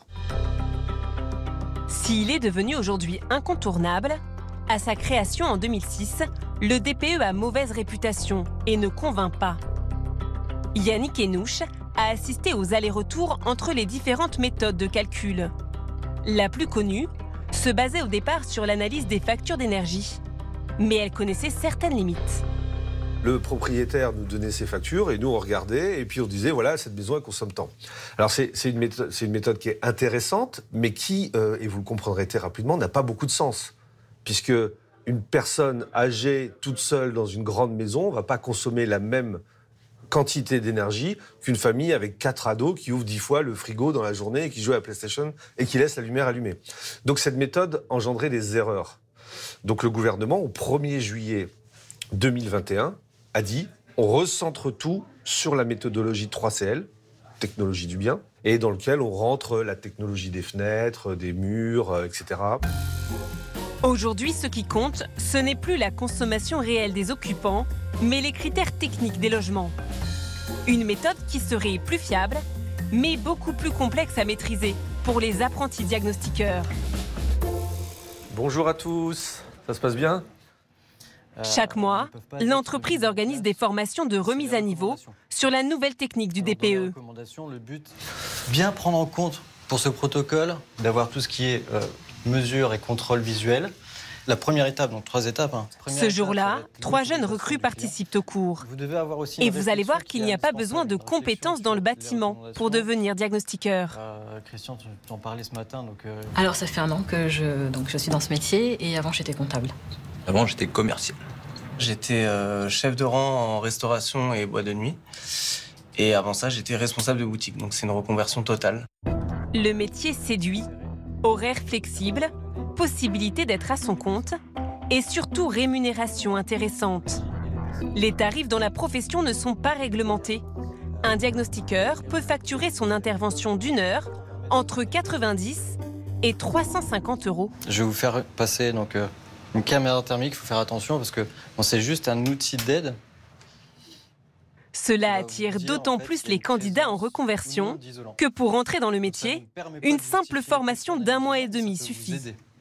S'il est devenu aujourd'hui incontournable, à sa création en 2006, le DPE a mauvaise réputation et ne convainc pas. Yannick Henouche a assisté aux allers-retours entre les différentes méthodes de calcul. La plus connue se basait au départ sur l'analyse des factures d'énergie, mais elle connaissait certaines limites. Le propriétaire nous donnait ses factures et nous on regardait et puis on disait voilà cette maison elle consomme tant. Alors c'est une méthode qui est intéressante mais qui, et vous le comprendrez très rapidement, n'a pas beaucoup de sens. Puisque une personne âgée toute seule dans une grande maison ne va pas consommer la même quantité d'énergie qu'une famille avec 4 ados qui ouvre 10 fois le frigo dans la journée et qui joue à la PlayStation et qui laisse la lumière allumée. Donc cette méthode engendrait des erreurs. Donc le gouvernement au 1er juillet 2021 a dit on recentre tout sur la méthodologie 3CL, technologie du bien, et dans lequel on rentre la technologie des fenêtres, des murs, etc. Aujourd'hui, ce qui compte, ce n'est plus la consommation réelle des occupants, mais les critères techniques des logements. Une méthode qui serait plus fiable, mais beaucoup plus complexe à maîtriser pour les apprentis diagnostiqueurs. Bonjour à tous, ça se passe bien ? Chaque mois, l'entreprise organise des formations de remise à niveau sur la nouvelle technique du DPE. Le but, bien prendre en compte pour ce protocole, d'avoir tout ce qui est mesure et contrôle visuel. La première étape, donc 3 étapes. Ce jour-là, 3 jeunes recrues participent au cours. Et vous allez voir qu'il n'y a pas besoin de compétences dans le bâtiment pour devenir diagnostiqueur. Christian, tu en parlais ce matin. Alors ça fait 1 an que je suis dans ce métier et avant j'étais comptable. Avant, j'étais commercial. J'étais chef de rang en restauration et boîte de nuit. Et avant ça, j'étais responsable de boutique. Donc, c'est une reconversion totale. Le métier séduit. Horaire flexible, possibilité d'être à son compte et surtout rémunération intéressante. Les tarifs dans la profession ne sont pas réglementés. Un diagnostiqueur peut facturer son intervention d'1 heure entre 90 et 350 €. Je vais vous faire passer une caméra thermique, il faut faire attention parce que c'est juste un outil d'aide. Cela attire d'autant plus les candidats en reconversion que pour entrer dans le métier, une simple formation d'1 mois et demi suffit.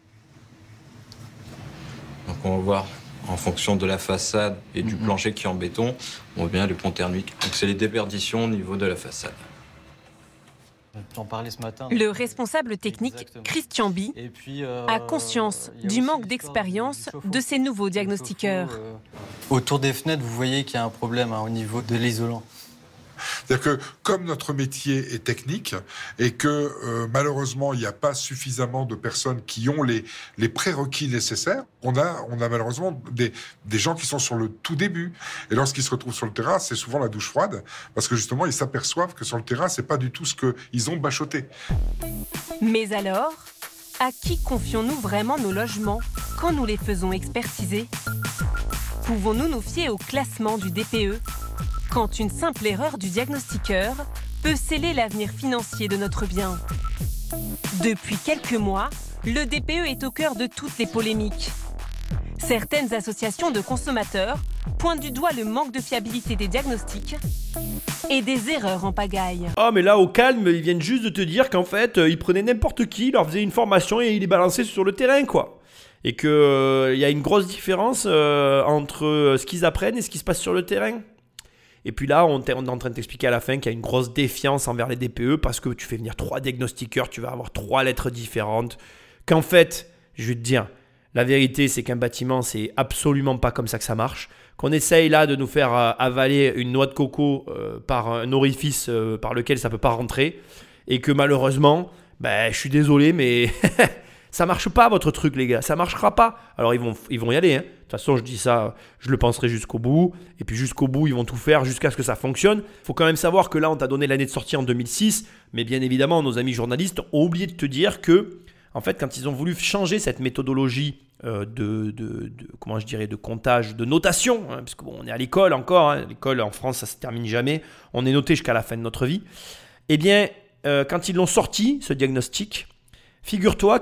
Donc on va voir en fonction de la façade et du plancher qui est en béton, on voit bien les ponts thermiques. Donc c'est les déperditions au niveau de la façade. T'en parlais ce matin. Le responsable technique, Christian Bi, a conscience du manque d'expérience de ces nouveaux diagnostiqueurs. Autour des fenêtres, vous voyez qu'il y a un problème au niveau de l'isolant. C'est-à-dire que comme notre métier est technique et que malheureusement il n'y a pas suffisamment de personnes qui ont les prérequis nécessaires, on a malheureusement des gens qui sont sur le tout début. Et lorsqu'ils se retrouvent sur le terrain, c'est souvent la douche froide parce que justement ils s'aperçoivent que sur le terrain c'est pas du tout ce qu'ils ont bachoté. Mais alors, à qui confions-nous vraiment nos logements quand nous les faisons expertiser ? Pouvons-nous nous fier au classement du DPE ? Quand une simple erreur du diagnostiqueur peut sceller l'avenir financier de notre bien. Depuis quelques mois, le DPE est au cœur de toutes les polémiques. Certaines associations de consommateurs pointent du doigt le manque de fiabilité des diagnostics et des erreurs en pagaille. Oh mais là au calme, ils viennent juste de te dire qu'en fait, ils prenaient n'importe qui, ils leur faisaient une formation et ils les balançaient sur le terrain quoi. Et qu'il y a une grosse différence entre ce qu'ils apprennent et ce qui se passe sur le terrain. Et puis là, on est en train de t'expliquer à la fin qu'il y a une grosse défiance envers les DPE parce que tu fais venir 3 diagnostiqueurs, tu vas avoir 3 lettres différentes. Qu'en fait, je vais te dire, la vérité, c'est qu'un bâtiment, c'est absolument pas comme ça que ça marche. Qu'on essaye là de nous faire avaler une noix de coco par un orifice par lequel ça peut pas rentrer. Et que malheureusement, je suis désolé, mais Ça marche pas votre truc les gars, ça marchera pas. Alors ils vont y aller. Hein. De toute façon je dis ça, je le penserai jusqu'au bout. Et puis jusqu'au bout ils vont tout faire jusqu'à ce que ça fonctionne. Il faut quand même savoir que là on t'a donné l'année de sortie en 2006. Mais bien évidemment nos amis journalistes ont oublié de te dire que en fait quand ils ont voulu changer cette méthodologie comment je dirais, de comptage, de notation, hein, parce qu'on est à l'école encore, hein, l'école en France ça se termine jamais, on est noté jusqu'à la fin de notre vie. Eh bien quand ils l'ont sorti ce diagnostic, figure-toi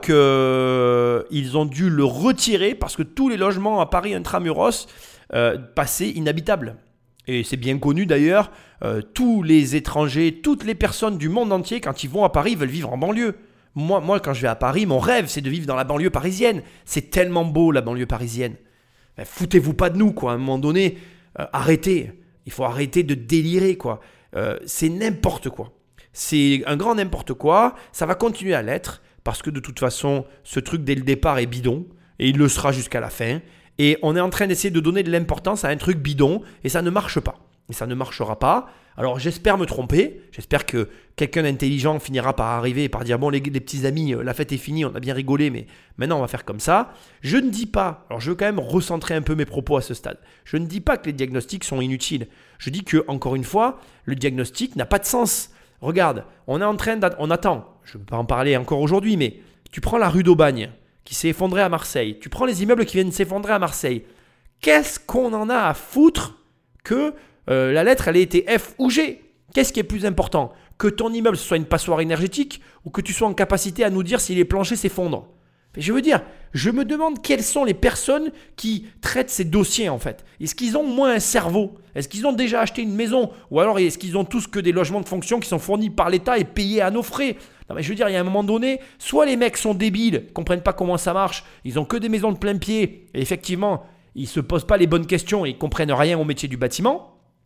qu'ils ont dû le retirer parce que tous les logements à Paris intramuros passaient inhabitables. Et c'est bien connu d'ailleurs, tous les étrangers, toutes les personnes du monde entier, quand ils vont à Paris, veulent vivre en banlieue. Moi, quand je vais à Paris, mon rêve, c'est de vivre dans la banlieue parisienne. C'est tellement beau, la banlieue parisienne. Ben, foutez-vous pas de nous, quoi. À un moment donné, arrêtez. Il faut arrêter de délirer, quoi. C'est n'importe quoi. C'est un grand n'importe quoi. Ça va continuer à l'être. Parce que de toute façon, ce truc dès le départ est bidon, et il le sera jusqu'à la fin. Et on est en train d'essayer de donner de l'importance à un truc bidon, et ça ne marche pas. Et ça ne marchera pas. Alors j'espère me tromper, j'espère que quelqu'un d'intelligent finira par arriver et par dire « Bon les petits amis, la fête est finie, on a bien rigolé, mais maintenant on va faire comme ça ». Je ne dis pas, alors je veux quand même recentrer un peu mes propos à ce stade, je ne dis pas que les diagnostics sont inutiles. Je dis que, encore une fois, le diagnostic n'a pas de sens. Regarde, on attend, je ne peux pas en parler encore aujourd'hui, mais tu prends la rue d'Aubagne qui s'est effondrée à Marseille, tu prends les immeubles qui viennent s'effondrer à Marseille. Qu'est-ce qu'on en a à foutre que la lettre elle ait été F ou G? Qu'est-ce qui est plus important? Que ton immeuble soit une passoire énergétique ou que tu sois en capacité à nous dire si les planchers s'effondrent? Je veux dire, je me demande quelles sont les personnes qui traitent ces dossiers en fait. Est-ce qu'ils ont moins un cerveau? Est-ce qu'ils ont déjà acheté une maison? Ou alors est-ce qu'ils ont tous que des logements de fonction qui sont fournis par l'État et payés à nos frais? Non mais je veux dire, il y a un moment donné, soit les mecs sont débiles, ne comprennent pas comment ça marche, ils ont que des maisons de plein pied et effectivement, ils ne se posent pas les bonnes questions et ils ne comprennent rien au métier du bâtiment.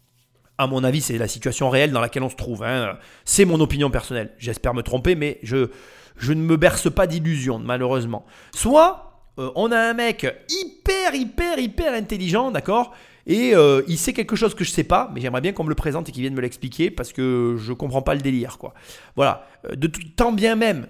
À mon avis, c'est la situation réelle dans laquelle on se trouve. Hein. C'est mon opinion personnelle. J'espère me tromper, mais je ne me berce pas d'illusions, malheureusement. Soit on a un mec hyper intelligent, d'accord, et il sait quelque chose que je ne sais pas, mais j'aimerais bien qu'on me le présente et qu'il vienne me l'expliquer parce que je ne comprends pas le délire, quoi. Voilà. Tant bien même,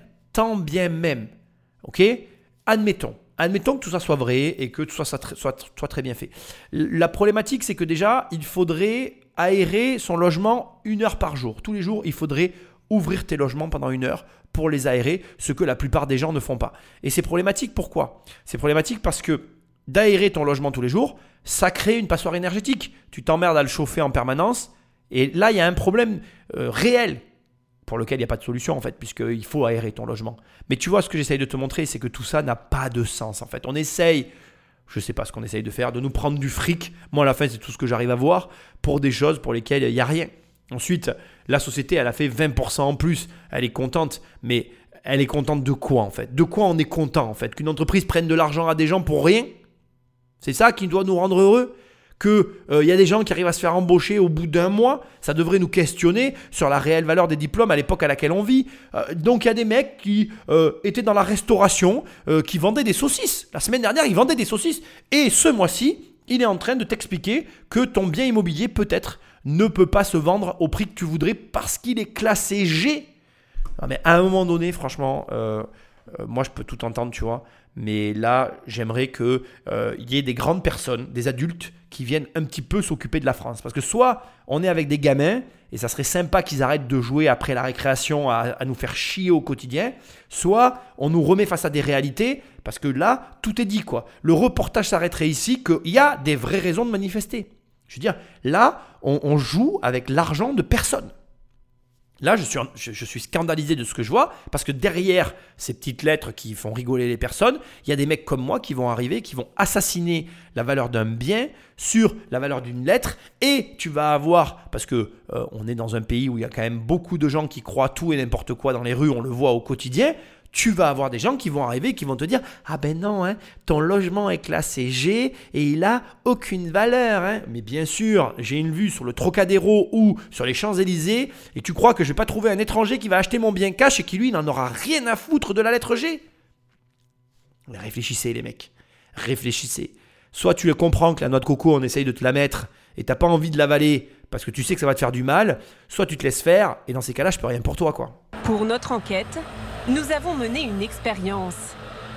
ok, admettons que tout ça soit vrai et que tout ça soit très bien fait. La problématique, c'est que déjà, il faudrait aérer son logement 1 heure par jour. Tous les jours, il faudrait ouvrir tes logements pendant 1 heure pour les aérer, ce que la plupart des gens ne font pas. Et c'est problématique, pourquoi? C'est problématique parce que d'aérer ton logement tous les jours, ça crée une passoire énergétique. Tu t'emmerdes à le chauffer en permanence et là, il y a un problème réel pour lequel il n'y a pas de solution en fait, puisqu'il faut aérer ton logement. Mais tu vois, ce que j'essaye de te montrer, c'est que tout ça n'a pas de sens en fait. On essaye, je ne sais pas ce qu'on essaye de faire, de nous prendre du fric. Moi, à la fin, c'est tout ce que j'arrive à voir pour des choses pour lesquelles il n'y a rien. Ensuite, la société, elle a fait 20% en plus. Elle est contente, mais elle est contente de quoi en fait? De quoi on est content en fait? Qu'une entreprise prenne de l'argent à des gens pour rien? C'est ça qui doit nous rendre heureux? Qu'il y a des gens qui arrivent à se faire embaucher au bout d'1 mois, ça devrait nous questionner sur la réelle valeur des diplômes à l'époque à laquelle on vit. Donc il y a des mecs qui étaient dans la restauration, qui vendaient des saucisses. La semaine dernière, ils vendaient des saucisses. Et ce mois-ci, il est en train de t'expliquer que ton bien immobilier peut-être ne peut pas se vendre au prix que tu voudrais parce qu'il est classé G. Non, mais à un moment donné, franchement, moi je peux tout entendre, tu vois. Mais là, j'aimerais qu'il y ait des grandes personnes, des adultes, qui viennent un petit peu s'occuper de la France. Parce que soit on est avec des gamins, et ça serait sympa qu'ils arrêtent de jouer après la récréation à nous faire chier au quotidien, soit on nous remet face à des réalités, parce que là, tout est dit, quoi. Le reportage s'arrêterait ici, qu'il y a des vraies raisons de manifester. Je veux dire, là, on joue avec l'argent de personne. Là, je suis scandalisé de ce que je vois parce que derrière ces petites lettres qui font rigoler les personnes, il y a des mecs comme moi qui vont arriver, qui vont assassiner la valeur d'un bien sur la valeur d'une lettre et tu vas avoir, parce que on est dans un pays où il y a quand même beaucoup de gens qui croient tout et n'importe quoi dans les rues, on le voit au quotidien, tu vas avoir des gens qui vont arriver, qui vont te dire « Ah ben non, hein, ton logement est classé G et il n'a aucune valeur. Hein. » Mais bien sûr, j'ai une vue sur le Trocadéro ou sur les Champs-Élysées et tu crois que je ne vais pas trouver un étranger qui va acheter mon bien cash et qui lui n'en aura rien à foutre de la lettre G? Mais réfléchissez les mecs, réfléchissez. Soit tu comprends que la noix de coco, on essaye de te la mettre et tu n'as pas envie de l'avaler parce que tu sais que ça va te faire du mal, soit tu te laisses faire et dans ces cas-là, je peux rien pour toi, quoi. Pour notre enquête, nous avons mené une expérience.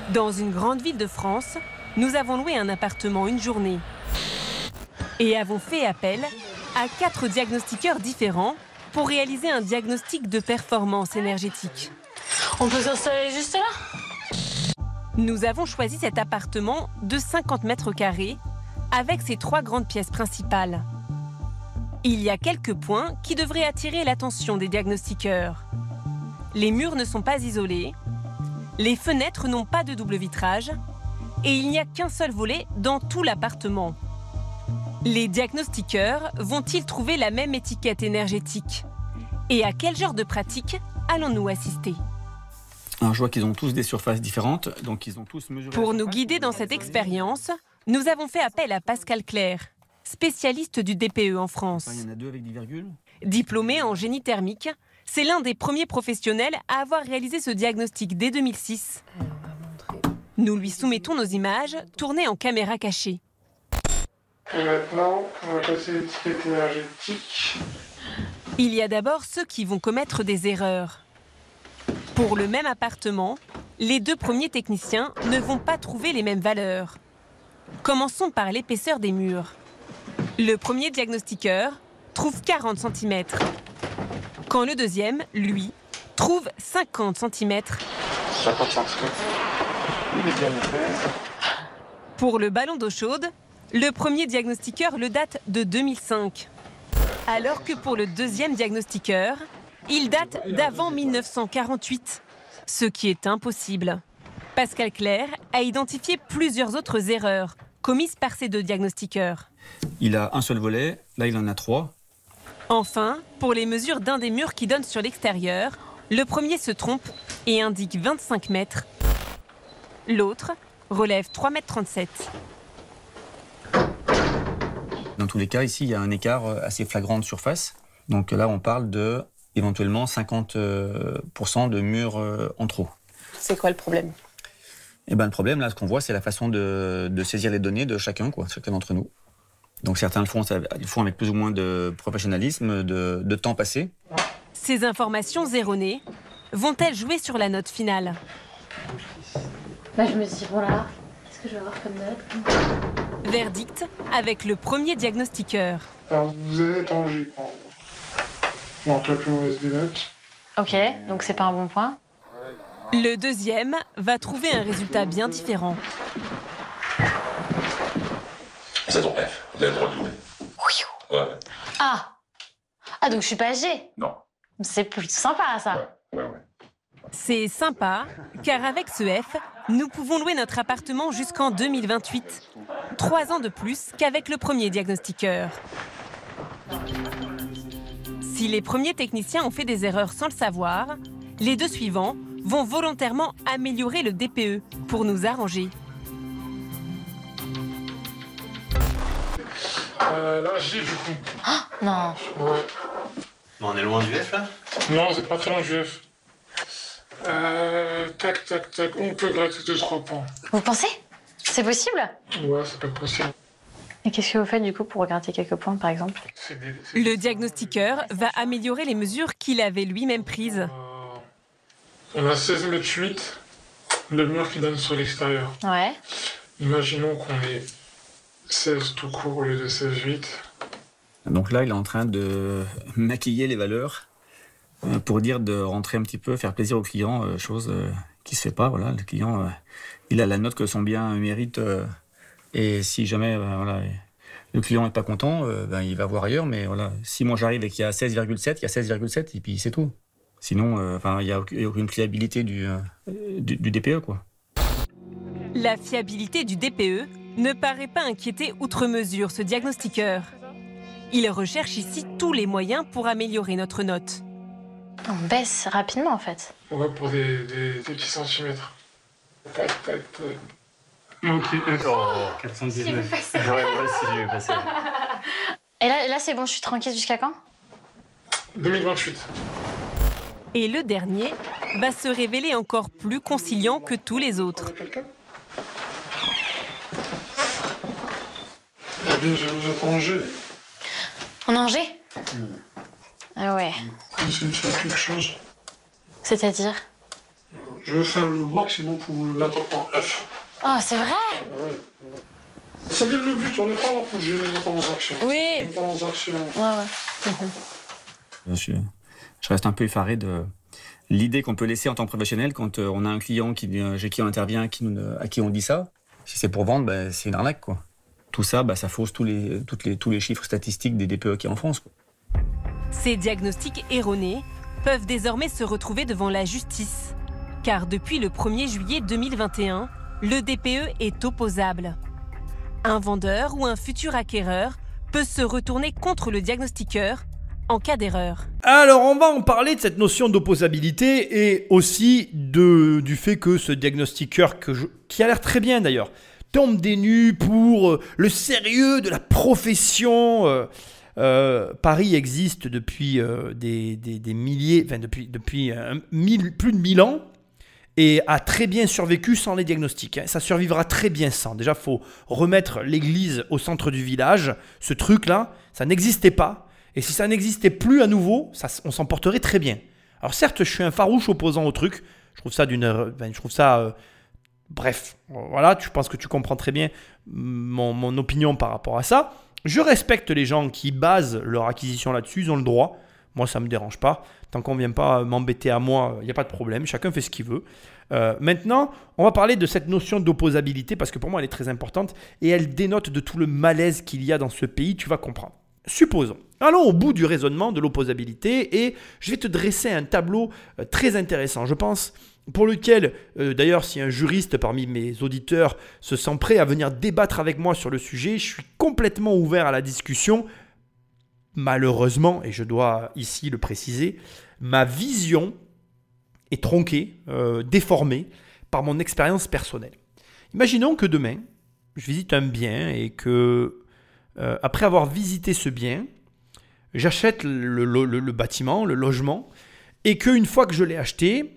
Dans une grande ville de France, nous avons loué un appartement une journée et avons fait appel à 4 diagnostiqueurs différents pour réaliser un diagnostic de performance énergétique. On peut s'installer juste là? Nous avons choisi cet appartement de 50 mètres carrés avec ses 3 grandes pièces principales. Il y a quelques points qui devraient attirer l'attention des diagnostiqueurs. Les murs ne sont pas isolés, les fenêtres n'ont pas de double vitrage et il n'y a qu'un seul volet dans tout l'appartement. Les diagnostiqueurs vont-ils trouver la même étiquette énergétique? Et à quel genre de pratique allons-nous assister? Alors, je vois qu'ils ont tous des surfaces différentes, donc ils ont tous mesuré. Pour nous guider dans cette expérience, nous avons fait appel à Pascal Clerc, spécialiste du DPE en France. Il y en a 2 avec des virgules. Diplômé en génie thermique, c'est l'un des premiers professionnels à avoir réalisé ce diagnostic dès 2006. Nous lui soumettons nos images tournées en caméra cachée. Et maintenant, on va passer l'étiquette énergétique. Il y a d'abord ceux qui vont commettre des erreurs. Pour le même appartement, les 2 premiers techniciens ne vont pas trouver les mêmes valeurs. Commençons par l'épaisseur des murs. Le premier diagnostiqueur trouve 40 cm, quand le deuxième, lui, trouve 50 cm. 50 cm. Il est bien épais. Pour le ballon d'eau chaude, le premier diagnostiqueur le date de 2005. Alors que pour le deuxième diagnostiqueur, il date d'avant 1948, ce qui est impossible. Pascal Clerc a identifié plusieurs autres erreurs commises par ces 2 diagnostiqueurs. Il a un seul volet, là il en a 3. Enfin, pour les mesures d'un des murs qui donne sur l'extérieur, le premier se trompe et indique 25 mètres. L'autre relève 3,37 m. Dans tous les cas, ici, il y a un écart assez flagrant de surface. Donc là, on parle de éventuellement 50% de murs en trop. C'est quoi le problème? Et ben, le problème, là, ce qu'on voit, c'est la façon de saisir les données de chacun d'entre nous. Donc certains le font avec plus ou moins de professionnalisme, de temps passé. Ces informations erronées vont-elles jouer sur la note finale? Bah, je me dis, bon là, qu'est-ce que je vais avoir comme note? Verdict avec le premier diagnostiqueur. Alors, vous êtes en G. Donc, la plus mauvaise des notes. Ok, donc c'est pas un bon point. Le deuxième va trouver un résultat bien différent. C'est ton F, vous avez le droit de jouer. Ouais. Ah, donc je suis pas G. Non. C'est plutôt sympa ça. Ouais. C'est sympa, car avec ce F, nous pouvons louer notre appartement jusqu'en 2028. 3 ans de plus qu'avec le premier diagnostiqueur. Si les premiers techniciens ont fait des erreurs sans le savoir, les 2 suivants vont volontairement améliorer le DPE pour nous arranger. Là, G du coup. Non. Ouais. On est loin du F là? Non, c'est pas très loin du F. Tac. On peut gratter 2-3 points. Vous pensez? C'est possible? Ouais, c'est pas possible. Et qu'est-ce que vous faites du coup pour gratter quelques points par exemple? Le diagnostiqueur va améliorer les mesures qu'il avait lui-même prises. On a 16,8 m, le mur qui donne sur l'extérieur. Ouais. Imaginons qu'on ait 16 tout court au lieu de 16,8. Donc là, il est en train de maquiller les valeurs pour dire de rentrer un petit peu, faire plaisir au client, chose qui se fait pas. Voilà, le client, il a la note que son bien mérite. Et si jamais le client n'est pas content, il va voir ailleurs. Mais voilà, si moi j'arrive et qu'il y a 16,7, il y a 16,7 et puis c'est tout. Sinon, il n'y a aucune fiabilité du DPE, quoi. La fiabilité du DPE ne paraît pas inquiéter outre mesure ce diagnostiqueur. Il recherche ici tous les moyens pour améliorer notre note. On baisse rapidement en fait. Ouais, pour des petits centimètres. Tac. Ok. Oh, 419. Ouais, si j'ai passé. Et là c'est bon, je suis tranquille jusqu'à quand? 2028. Et le dernier va se révéler encore plus conciliant que tous les autres. Eh bien, vous êtes en G. En Angers? Ah ouais. Essayez de faire quelque chose. C'est-à-dire? Je vais faire le maximum pour l'attendre en F. Oh, c'est vrai? C'est bien le but, on n'est pas là pour gérer les transactions. Oui. Les transactions. Ouais. Je reste un peu effaré de l'idée qu'on peut laisser en tant que professionnel quand on a un client chez qui on intervient, à qui on dit ça. Si c'est pour vendre, c'est une arnaque, quoi. Tout ça, ça fausse tous les chiffres statistiques des DPE qu'il y a en France, quoi. Ces diagnostics erronés peuvent désormais se retrouver devant la justice. Car depuis le 1er juillet 2021, le DPE est opposable. Un vendeur ou un futur acquéreur peut se retourner contre le diagnostiqueur en cas d'erreur. Alors, on va en parler de cette notion d'opposabilité et aussi du fait que ce diagnostiqueur, qui a l'air très bien d'ailleurs, tombe des nues pour le sérieux de la profession. Paris existe depuis des milliers, depuis plus de 1000 ans et a très bien survécu sans les diagnostics. Ça survivra très bien sans. Déjà, il faut remettre l'église au centre du village. Ce truc-là, ça n'existait pas. Et si ça n'existait plus à nouveau, on s'en porterait très bien. Alors certes, je suis un farouche opposant au truc. Je trouve ça bref, voilà, je pense que tu comprends très bien mon opinion par rapport à ça. Je respecte les gens qui basent leur acquisition là-dessus, ils ont le droit. Moi, ça ne me dérange pas. Tant qu'on ne vient pas m'embêter à moi, il n'y a pas de problème. Chacun fait ce qu'il veut. Maintenant, on va parler de cette notion d'opposabilité parce que pour moi, elle est très importante et elle dénote de tout le malaise qu'il y a dans ce pays. Tu vas comprendre. Supposons. Allons au bout du raisonnement de l'opposabilité et je vais te dresser un tableau très intéressant, je pense, pour lequel, d'ailleurs, si un juriste parmi mes auditeurs se sent prêt à venir débattre avec moi sur le sujet, je suis complètement ouvert à la discussion. Malheureusement, et je dois ici le préciser, ma vision est tronquée, déformée par mon expérience personnelle. Imaginons que demain, je visite un bien et que, après avoir visité ce bien, j'achète le bâtiment, le logement, et qu'une fois que je l'ai acheté,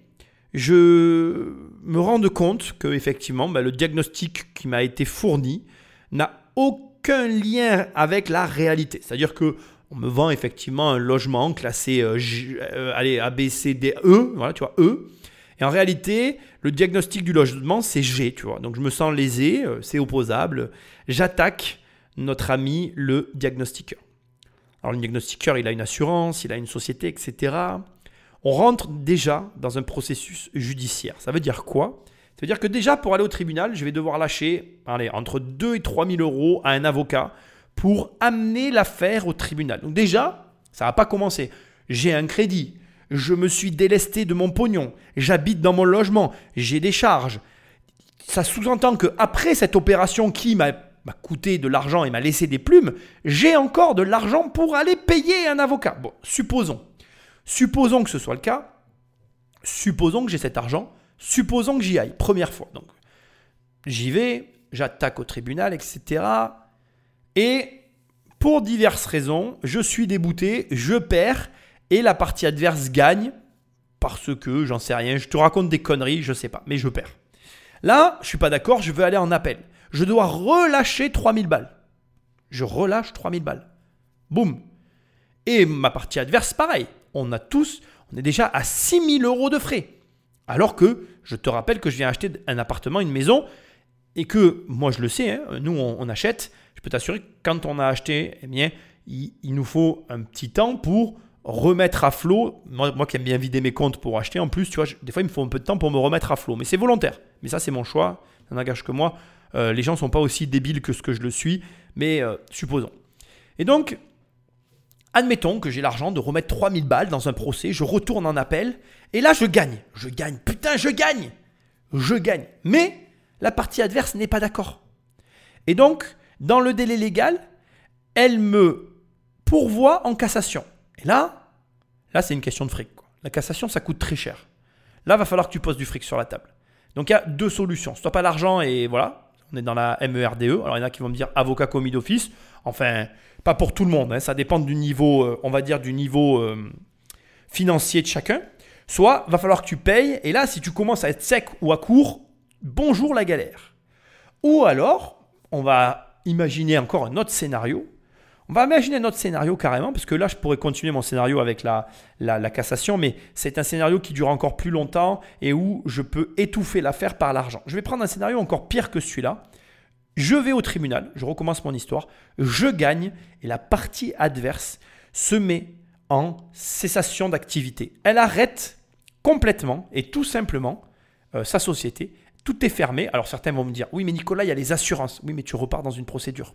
je me rende compte que effectivement, le diagnostic qui m'a été fourni n'a aucun lien avec la réalité. C'est-à-dire que on me vend effectivement un logement classé A, B, C, D, E, voilà, tu vois, E. Et en réalité, le diagnostic du logement, c'est G, tu vois. Donc je me sens lésé, c'est opposable. J'attaque notre ami le diagnostiqueur. Alors le diagnostiqueur, il a une assurance, il a une société, etc. On rentre déjà dans un processus judiciaire. Ça veut dire quoi? Ça veut dire que déjà, pour aller au tribunal, je vais devoir lâcher entre 2 et 3 000 euros à un avocat pour amener l'affaire au tribunal. Donc déjà, ça va pas commencer. J'ai un crédit, je me suis délesté de mon pognon, j'habite dans mon logement, j'ai des charges. Ça sous-entend qu'après cette opération qui m'a coûté de l'argent et m'a laissé des plumes, j'ai encore de l'argent pour aller payer un avocat. Bon, supposons que ce soit le cas, supposons que j'ai cet argent, supposons que j'y aille, première fois. Donc, j'y vais, j'attaque au tribunal, etc. Et pour diverses raisons, je suis débouté, je perds et la partie adverse gagne parce que j'en sais rien, je te raconte des conneries, je sais pas, mais je perds. Là, je suis pas d'accord, je veux aller en appel. Je dois relâcher 3000 balles. Je relâche 3000 balles. Boum. Et ma partie adverse, pareil. On est déjà à 6000 euros de frais. Alors que, je te rappelle que je viens acheter un appartement, une maison, et que, moi je le sais, hein, nous on achète, je peux t'assurer que quand on a acheté, eh bien, il nous faut un petit temps pour remettre à flot. Moi qui aime bien vider mes comptes pour acheter, en plus, tu vois, des fois il me faut un peu de temps pour me remettre à flot. Mais c'est volontaire. Mais ça c'est mon choix, ça n'engage que moi. Les gens ne sont pas aussi débiles que ce que je le suis, mais supposons. Et donc, admettons que j'ai l'argent de remettre 3000 balles dans un procès, je retourne en appel, et là je gagne. Putain, je gagne. Mais la partie adverse n'est pas d'accord. Et donc, dans le délai légal, elle me pourvoit en cassation. Et là c'est une question de fric, quoi. La cassation, ça coûte très cher. Là, il va falloir que tu poses du fric sur la table. Donc, il y a deux solutions. Soit pas l'argent et voilà, on est dans la MERDE. Alors, il y en a qui vont me dire avocat commis d'office. Enfin, pas pour tout le monde, hein. Ça dépend du niveau, on va dire, du niveau financier de chacun. Soit, va falloir que tu payes. Et là, si tu commences à être sec ou à court, bonjour la galère. Ou alors, on va imaginer encore un autre scénario. On va imaginer un autre scénario carrément, parce que là, je pourrais continuer mon scénario avec la cassation, mais c'est un scénario qui dure encore plus longtemps et où je peux étouffer l'affaire par l'argent. Je vais prendre un scénario encore pire que celui-là. Je vais au tribunal, je recommence mon histoire, je gagne et la partie adverse se met en cessation d'activité. Elle arrête complètement et tout simplement sa société. Tout est fermé. Alors certains vont me dire, oui mais Nicolas, il y a les assurances. Oui mais tu repars dans une procédure.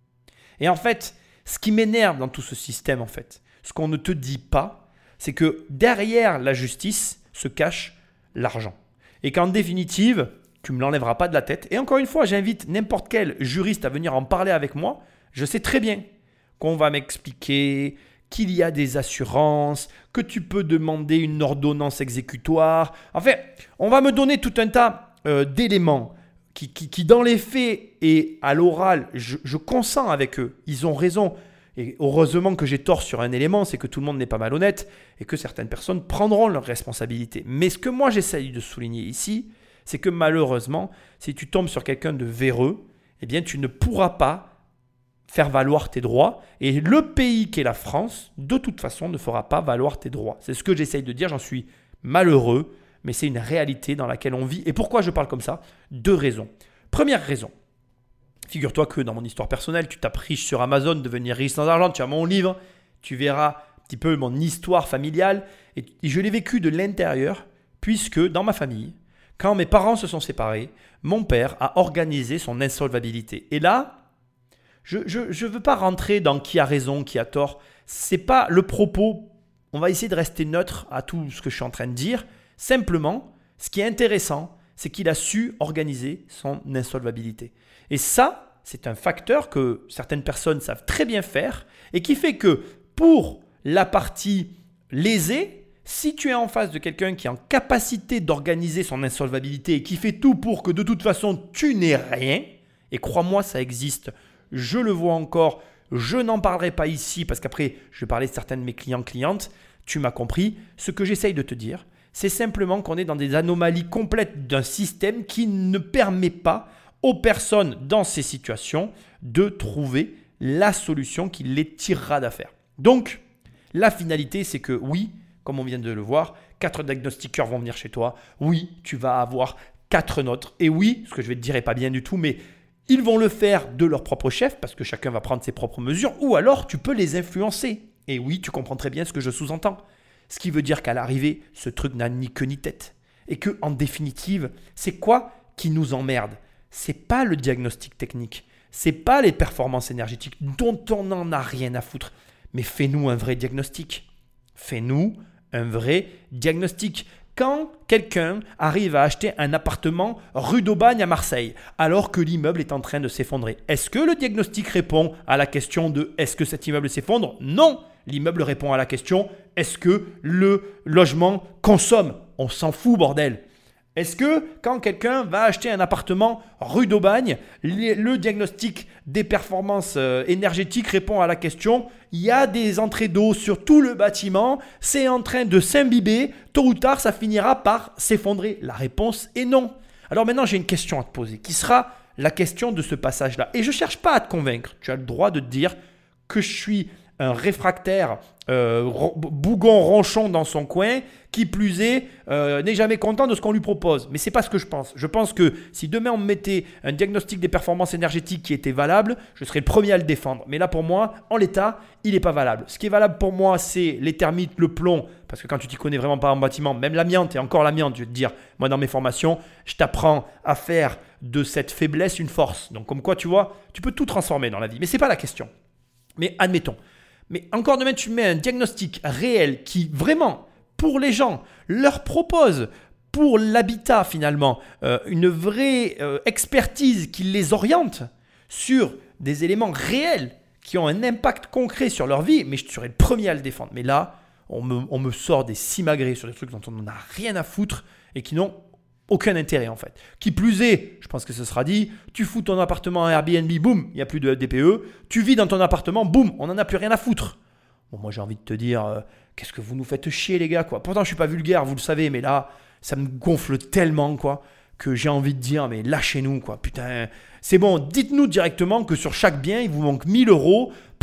Et en fait, ce qui m'énerve dans tout ce système, en fait, ce qu'on ne te dit pas, c'est que derrière la justice se cache l'argent. Et qu'en définitive, tu ne me l'enlèveras pas de la tête. Et encore une fois, j'invite n'importe quel juriste à venir en parler avec moi. Je sais très bien qu'on va m'expliquer qu'il y a des assurances, que tu peux demander une ordonnance exécutoire. En fait, on va me donner tout un tas d'éléments qui dans les faits et à l'oral, je consens avec eux. Ils ont raison. Et heureusement que j'ai tort sur un élément, c'est que tout le monde n'est pas malhonnête et que certaines personnes prendront leurs responsabilités. Mais ce que moi j'essaye de souligner ici, c'est que malheureusement, si tu tombes sur quelqu'un de véreux, eh bien tu ne pourras pas faire valoir tes droits. Et le pays qu'est la France, de toute façon, ne fera pas valoir tes droits. C'est ce que j'essaye de dire, j'en suis malheureux, mais c'est une réalité dans laquelle on vit. Et pourquoi je parle comme ça ? 2 raisons. Première raison, figure-toi que dans mon histoire personnelle, tu tapes riche sur Amazon, devenir riche sans argent, tu as mon livre, tu verras un petit peu mon histoire familiale. Et je l'ai vécu de l'intérieur, puisque dans ma famille, quand mes parents se sont séparés, mon père a organisé son insolvabilité. Et là, je ne veux pas rentrer dans qui a raison, qui a tort. Ce n'est pas le propos. On va essayer de rester neutre à tout ce que je suis en train de dire. Simplement, ce qui est intéressant, c'est qu'il a su organiser son insolvabilité. Et ça, c'est un facteur que certaines personnes savent très bien faire et qui fait que pour la partie lésée, si tu es en face de quelqu'un qui est en capacité d'organiser son insolvabilité et qui fait tout pour que de toute façon tu n'aies rien, et crois-moi, ça existe, je le vois encore, je n'en parlerai pas ici parce qu'après je vais parler de certains de mes clientes, tu m'as compris, ce que j'essaye de te dire, c'est simplement qu'on est dans des anomalies complètes d'un système qui ne permet pas aux personnes dans ces situations de trouver la solution qui les tirera d'affaire. Donc, la finalité, c'est que oui, comme on vient de le voir, 4 diagnostiqueurs vont venir chez toi. Oui, tu vas avoir 4 notes. Et oui, ce que je vais te dire n'est pas bien du tout, mais ils vont le faire de leur propre chef parce que chacun va prendre ses propres mesures ou alors tu peux les influencer. Et oui, tu comprends très bien ce que je sous-entends. Ce qui veut dire qu'à l'arrivée, ce truc n'a ni queue ni tête. Et que, en définitive, c'est quoi qui nous emmerde ? C'est pas le diagnostic technique. C'est pas les performances énergétiques dont on n'en a rien à foutre. Mais fais-nous un vrai diagnostic. Fais-nous un vrai diagnostic. Quand quelqu'un arrive à acheter un appartement rue d'Aubagne à Marseille, alors que l'immeuble est en train de s'effondrer, est-ce que le diagnostic répond à la question de est-ce que cet immeuble s'effondre ? Non. L'immeuble répond à la question est-ce que le logement consomme ? On s'en fout, bordel. Est-ce que quand quelqu'un va acheter un appartement rue d'Aubagne, le diagnostic des performances énergétiques répond à la question il y a des entrées d'eau sur tout le bâtiment, c'est en train de s'imbiber, tôt ou tard ça finira par s'effondrer ? La réponse est non. Alors maintenant j'ai une question à te poser qui sera la question de ce passage-là. Et je ne cherche pas à te convaincre, tu as le droit de te dire que je suis un réfractaire bougon ronchon dans son coin, qui plus est, n'est jamais content de ce qu'on lui propose. Mais ce n'est pas ce que je pense. Je pense que si demain on me mettait un diagnostic des performances énergétiques qui était valable, je serais le premier à le défendre. Mais là pour moi, en l'état, il n'est pas valable. Ce qui est valable pour moi, c'est les termites, le plomb, parce que quand tu t'y connais vraiment pas en bâtiment, même l'amiante, et encore l'amiante, je vais te dire, moi dans mes formations, je t'apprends à faire de cette faiblesse une force. Donc comme quoi, tu vois, tu peux tout transformer dans la vie. Mais ce n'est pas la question. Mais admettons. Mais encore demain, tu mets un diagnostic réel qui vraiment, pour les gens, leur propose, pour l'habitat finalement, une vraie expertise qui les oriente sur des éléments réels qui ont un impact concret sur leur vie, mais je serais le premier à le défendre. Mais là, on me sort des simagrées sur des trucs dont on n'en a rien à foutre et qui n'ont aucun intérêt en fait. Qui plus est, je pense que ce sera dit, tu fous ton appartement en Airbnb, boum, il n'y a plus de DPE. Tu vis dans ton appartement, boum, on n'en a plus rien à foutre. Bon, moi j'ai envie de te dire, qu'est-ce que vous nous faites chier les gars quoi. Pourtant je suis pas vulgaire, vous le savez, mais là, ça me gonfle tellement quoi, que j'ai envie de dire, mais lâchez-nous quoi, putain. C'est bon, dites-nous directement que sur chaque bien, il vous manque 1 000 €,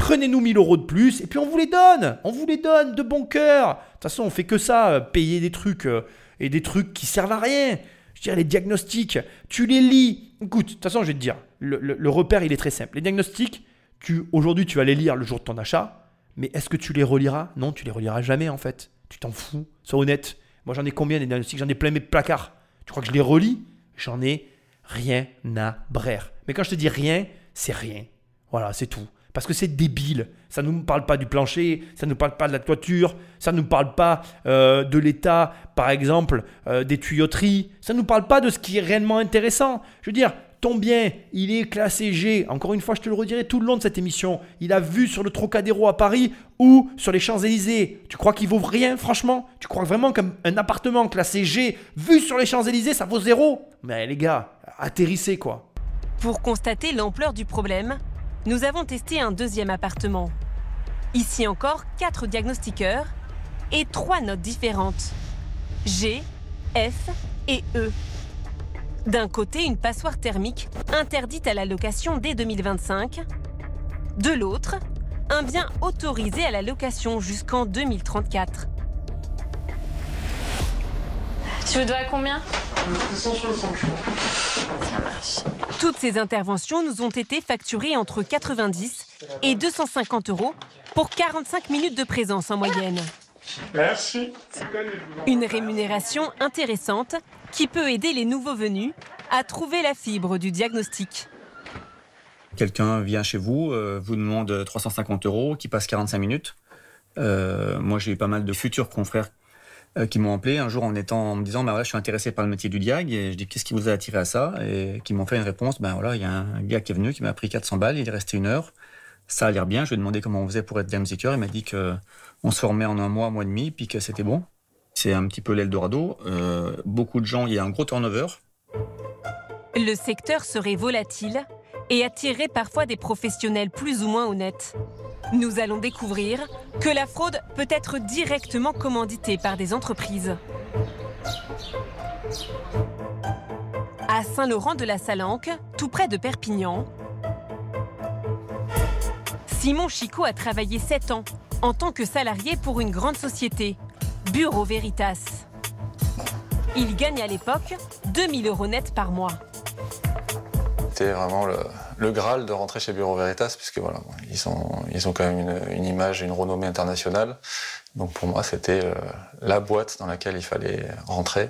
prenez-nous 1000 € de plus et puis on vous les donne de bon cœur. De toute façon, on fait que ça, payer des trucs et des trucs qui servent à rien. Je veux dire, les diagnostics, tu les lis. Écoute, de toute façon, je vais te dire, le repère, il est très simple. Les diagnostics, aujourd'hui, tu vas les lire le jour de ton achat, mais est-ce que tu les reliras? Non, tu les reliras jamais en fait. Tu t'en fous, sois honnête. Moi, j'en ai combien des diagnostics? J'en ai plein mes placards. Tu crois que je les relis? J'en ai rien à brère. Mais quand je te dis rien, c'est rien. Voilà, c'est tout. Parce que c'est débile. Ça ne nous parle pas du plancher, ça ne nous parle pas de la toiture, ça ne nous parle pas de l'état, par exemple, des tuyauteries. Ça ne nous parle pas de ce qui est réellement intéressant. Je veux dire, ton bien, il est classé G. Encore une fois, je te le redirai tout le long de cette émission. Il a vu sur le Trocadéro à Paris ou sur les Champs-Élysées. Tu crois qu'il vaut rien, franchement? Tu crois vraiment qu'un appartement classé G, vu sur les Champs-Élysées, ça vaut 0? Mais les gars, atterrissez quoi. Pour constater l'ampleur du problème, nous avons testé un deuxième appartement. Ici encore, 4 diagnostiqueurs et 3 notes différentes. G, F et E. D'un côté, une passoire thermique interdite à la location dès 2025. De l'autre, un bien autorisé à la location jusqu'en 2034. Tu le dois à combien? 160 francs. Ça marche. Toutes ces interventions nous ont été facturées entre 90 et 250 € pour 45 minutes de présence en moyenne. Merci. Une rémunération intéressante qui peut aider les nouveaux venus à trouver la fibre du diagnostic. Quelqu'un vient chez vous, vous demande 350 €, qui passe 45 minutes. Moi, j'ai eu pas mal de futurs confrères qui m'ont appelé un jour en me disant bah voilà, je suis intéressé par le métier du diag, et je dis qu'est-ce qui vous a attiré à ça, et qui m'ont fait une réponse, ben voilà, il y a un gars qui est venu qui m'a pris 400 balles, il est resté 1 heure, ça a l'air bien, je lui ai demandé comment on faisait pour être diagnostiqueur, il m'a dit que on se formait en un mois et demi, puis que c'était bon. C'est un petit peu l'Eldorado, beaucoup de gens, il y a un gros turnover. Le secteur serait volatile et attirerait parfois des professionnels plus ou moins honnêtes. Nous allons découvrir que la fraude peut être directement commanditée par des entreprises. À Saint-Laurent-de-la-Salanque, tout près de Perpignan, Simon Chicot a travaillé 7 ans en tant que salarié pour une grande société, Bureau Veritas. Il gagne à l'époque 2000 € net par mois. C'était vraiment le Graal de rentrer chez Bureau Veritas, puisque voilà, ils ont quand même une image, une renommée internationale. Donc pour moi, c'était la boîte dans laquelle il fallait rentrer.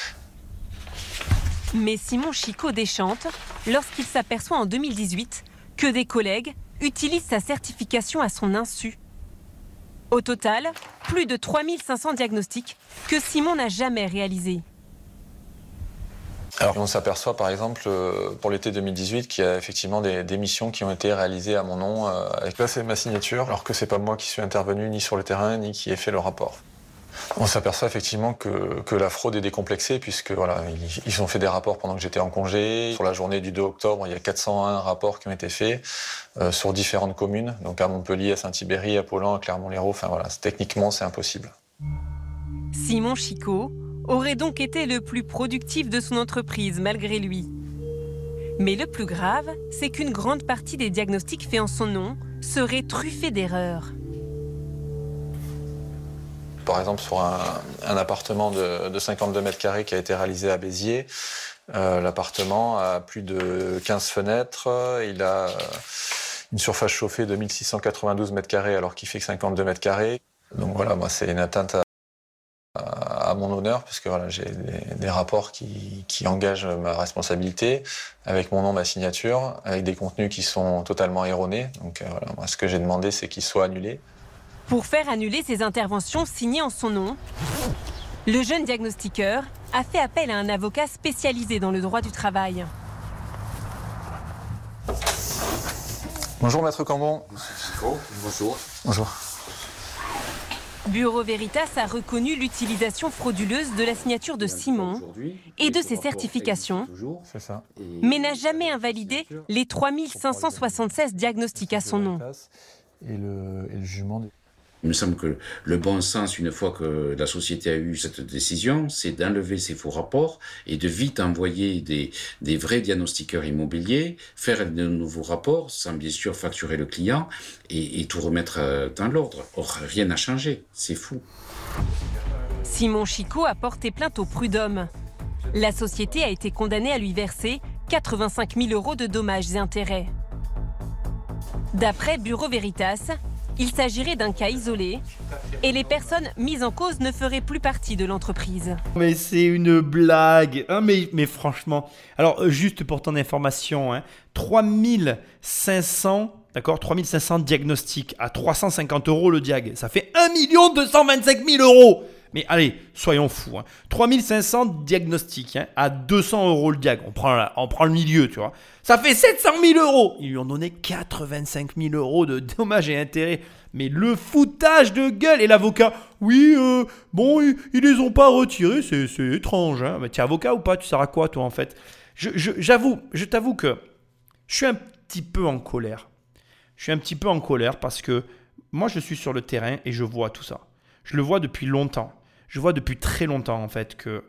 Mais Simon Chicot déchante lorsqu'il s'aperçoit en 2018 que des collègues utilisent sa certification à son insu. Au total, plus de 3500 diagnostics que Simon n'a jamais réalisés. Alors on s'aperçoit par exemple pour l'été 2018 qu'il y a effectivement des missions qui ont été réalisées à mon nom avec là c'est ma signature, alors que c'est pas moi qui suis intervenu ni sur le terrain ni qui ai fait le rapport. On s'aperçoit effectivement que la fraude est décomplexée, puisque voilà, ils ont fait des rapports pendant que j'étais en congé. Sur la journée du 2 octobre, il y a 401 rapports qui ont été faits sur différentes communes, donc à Montpellier, à Saint-Thibéry, à Pollan, à Clermont-Lérault. Enfin voilà, techniquement c'est impossible. Simon Chicot aurait donc été le plus productif de son entreprise malgré lui. Mais le plus grave, c'est qu'une grande partie des diagnostics faits en son nom seraient truffés d'erreurs. Par exemple, sur un appartement de 52 mètres carrés qui a été réalisé à Béziers, l'appartement a plus de 15 fenêtres, il a une surface chauffée de 1692 mètres carrés alors qu'il fait que 52 mètres carrés. Donc voilà, moi c'est une atteinte à mon honneur, puisque voilà, j'ai des rapports qui engagent ma responsabilité, avec mon nom, ma signature, avec des contenus qui sont totalement erronés. Donc voilà, moi, ce que j'ai demandé, c'est qu'ils soient annulés. Pour faire annuler ces interventions signées en son nom, le jeune diagnostiqueur a fait appel à un avocat spécialisé dans le droit du travail. Bonjour Maître Cambon. Bonjour. Bonjour. Bureau Veritas a reconnu l'utilisation frauduleuse de la signature de Simon et de ses certifications, C'est ça. mais n'a jamais invalidé les 3576 diagnostics à son nom. Et le jugement. Il me semble que le bon sens, une fois que la société a eu cette décision, c'est d'enlever ces faux rapports et de vite envoyer des vrais diagnostiqueurs immobiliers, faire de nouveaux rapports, sans bien sûr facturer le client et tout remettre dans l'ordre. Or, rien n'a changé. C'est fou. Simon Chicot a porté plainte au prud'homme. La société a été condamnée à lui verser 85 000 € de dommages et intérêts. D'après Bureau Veritas, il s'agirait d'un cas isolé et les personnes mises en cause ne feraient plus partie de l'entreprise. Mais c'est une blague, hein, mais franchement. Alors, juste pour ton information, hein, 3500 diagnostics à 350 € le diag. Ça fait 1 225 000 €. Mais allez, soyons fous. Hein. 3500 diagnostics à 200 € le diag. On prend le milieu, tu vois. Ça fait 700 000 €. Ils lui ont donné 85 000 € de dommages et intérêts. Mais le foutage de gueule. Et l'avocat, oui, ils les ont pas retirés. C'est étrange. Hein. Mais tu es avocat ou pas? Tu sers à quoi, toi, en fait? Je t'avoue que je suis un petit peu en colère. Je suis un petit peu en colère parce que moi, je suis sur le terrain et je vois tout ça. Je le vois depuis longtemps. Je vois depuis très longtemps, en fait, que,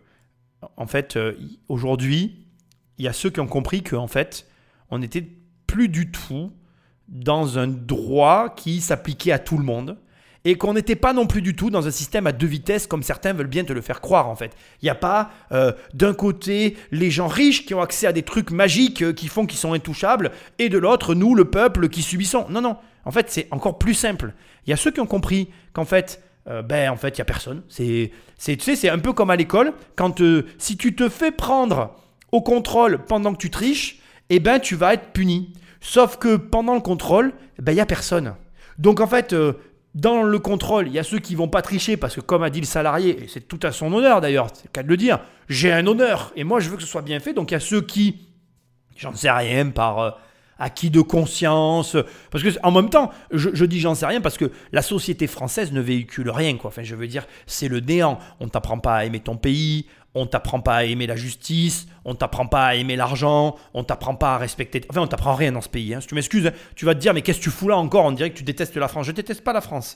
aujourd'hui, il y a ceux qui ont compris qu'en fait, on n'était plus du tout dans un droit qui s'appliquait à tout le monde et qu'on n'était pas non plus du tout dans un système à 2 vitesses comme certains veulent bien te le faire croire, en fait. Il n'y a pas, d'un côté, les gens riches qui ont accès à des trucs magiques qui font qu'ils sont intouchables et de l'autre, nous, le peuple, qui subissons. Non. En fait, c'est encore plus simple. Il y a ceux qui ont compris qu'en fait, il n'y a personne. Tu sais, c'est un peu comme à l'école. Quand si tu te fais prendre au contrôle pendant que tu triches, tu vas être puni. Sauf que pendant le contrôle, il n'y a personne. Donc en fait, dans le contrôle, il y a ceux qui ne vont pas tricher parce que comme a dit le salarié, et c'est tout à son honneur d'ailleurs, c'est le cas de le dire, j'ai un honneur et moi je veux que ce soit bien fait. Donc il y a ceux qui, j'en sais rien, par acquis de conscience, parce que en même temps, je dis j'en sais rien parce que la société française ne véhicule rien, quoi. Enfin, je veux dire, c'est le néant. On ne t'apprend pas à aimer ton pays, on ne t'apprend pas à aimer la justice, on ne t'apprend pas à aimer l'argent, on ne t'apprend pas à respecter... Enfin, on ne t'apprend rien dans ce pays. Hein. Si tu m'excuses, hein, tu vas te dire, mais qu'est-ce que tu fous là encore? On dirait que tu détestes la France. Je ne déteste pas la France.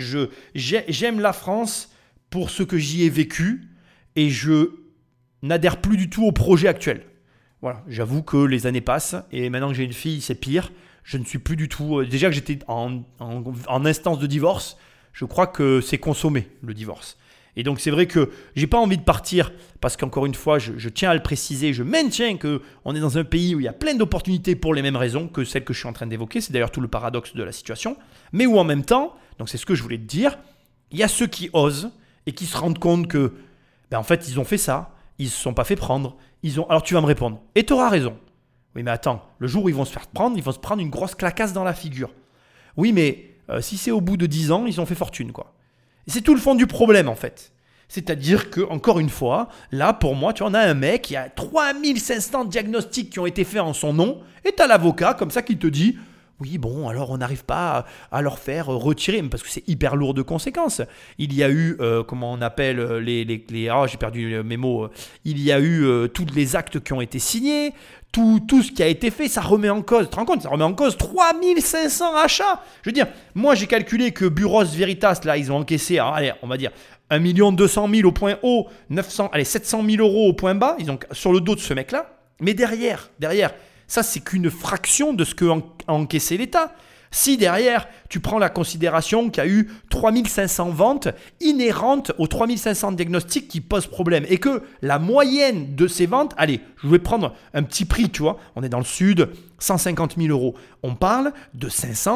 J'aime la France pour ce que j'y ai vécu et je n'adhère plus du tout au projet actuel. Voilà, j'avoue que les années passent et maintenant que j'ai une fille, c'est pire. Je ne suis plus du tout... déjà que j'étais en instance de divorce, je crois que c'est consommé, le divorce. Et donc c'est vrai que j'ai pas envie de partir parce qu'encore une fois, je tiens à le préciser, je maintiens qu'on est dans un pays où il y a plein d'opportunités pour les mêmes raisons que celles que je suis en train d'évoquer. C'est d'ailleurs tout le paradoxe de la situation. Mais où en même temps, donc c'est ce que je voulais te dire, il y a ceux qui osent et qui se rendent compte que, en fait, ils ont fait ça, ils ne se sont pas fait prendre. Alors tu vas me répondre, et tu auras raison. Oui mais attends, le jour où ils vont se faire prendre, ils vont se prendre une grosse clacasse dans la figure. Oui mais si c'est au bout de 10 ans, ils ont fait fortune, quoi. Et c'est tout le fond du problème en fait. C'est-à-dire que, encore une fois, là pour moi, tu en as un mec, il y a 3500 diagnostics qui ont été faits en son nom, et tu as l'avocat comme ça qui te dit... Oui, bon, alors on n'arrive pas à leur faire retirer, parce que c'est hyper lourd de conséquences. Il y a eu, comment on appelle, j'ai perdu mes mots. Il y a eu tous les actes qui ont été signés, tout ce qui a été fait, ça remet en cause. Tu te rends compte, ça remet en cause 3500 achats. Je veux dire, moi j'ai calculé que Bureau Veritas, là, ils ont encaissé, alors, allez, on va dire 1 200 000 au point haut, 700 000 € au point bas, ils ont sur le dos de ce mec-là. Mais derrière, ça, c'est qu'une fraction de ce qu'a encaissé l'État. Si derrière, tu prends la considération qu'il y a eu 3500 ventes inhérentes aux 3500 diagnostics qui posent problème et que la moyenne de ces ventes, allez, je vais prendre un petit prix, tu vois, on est dans le sud, 150 000 €. On parle de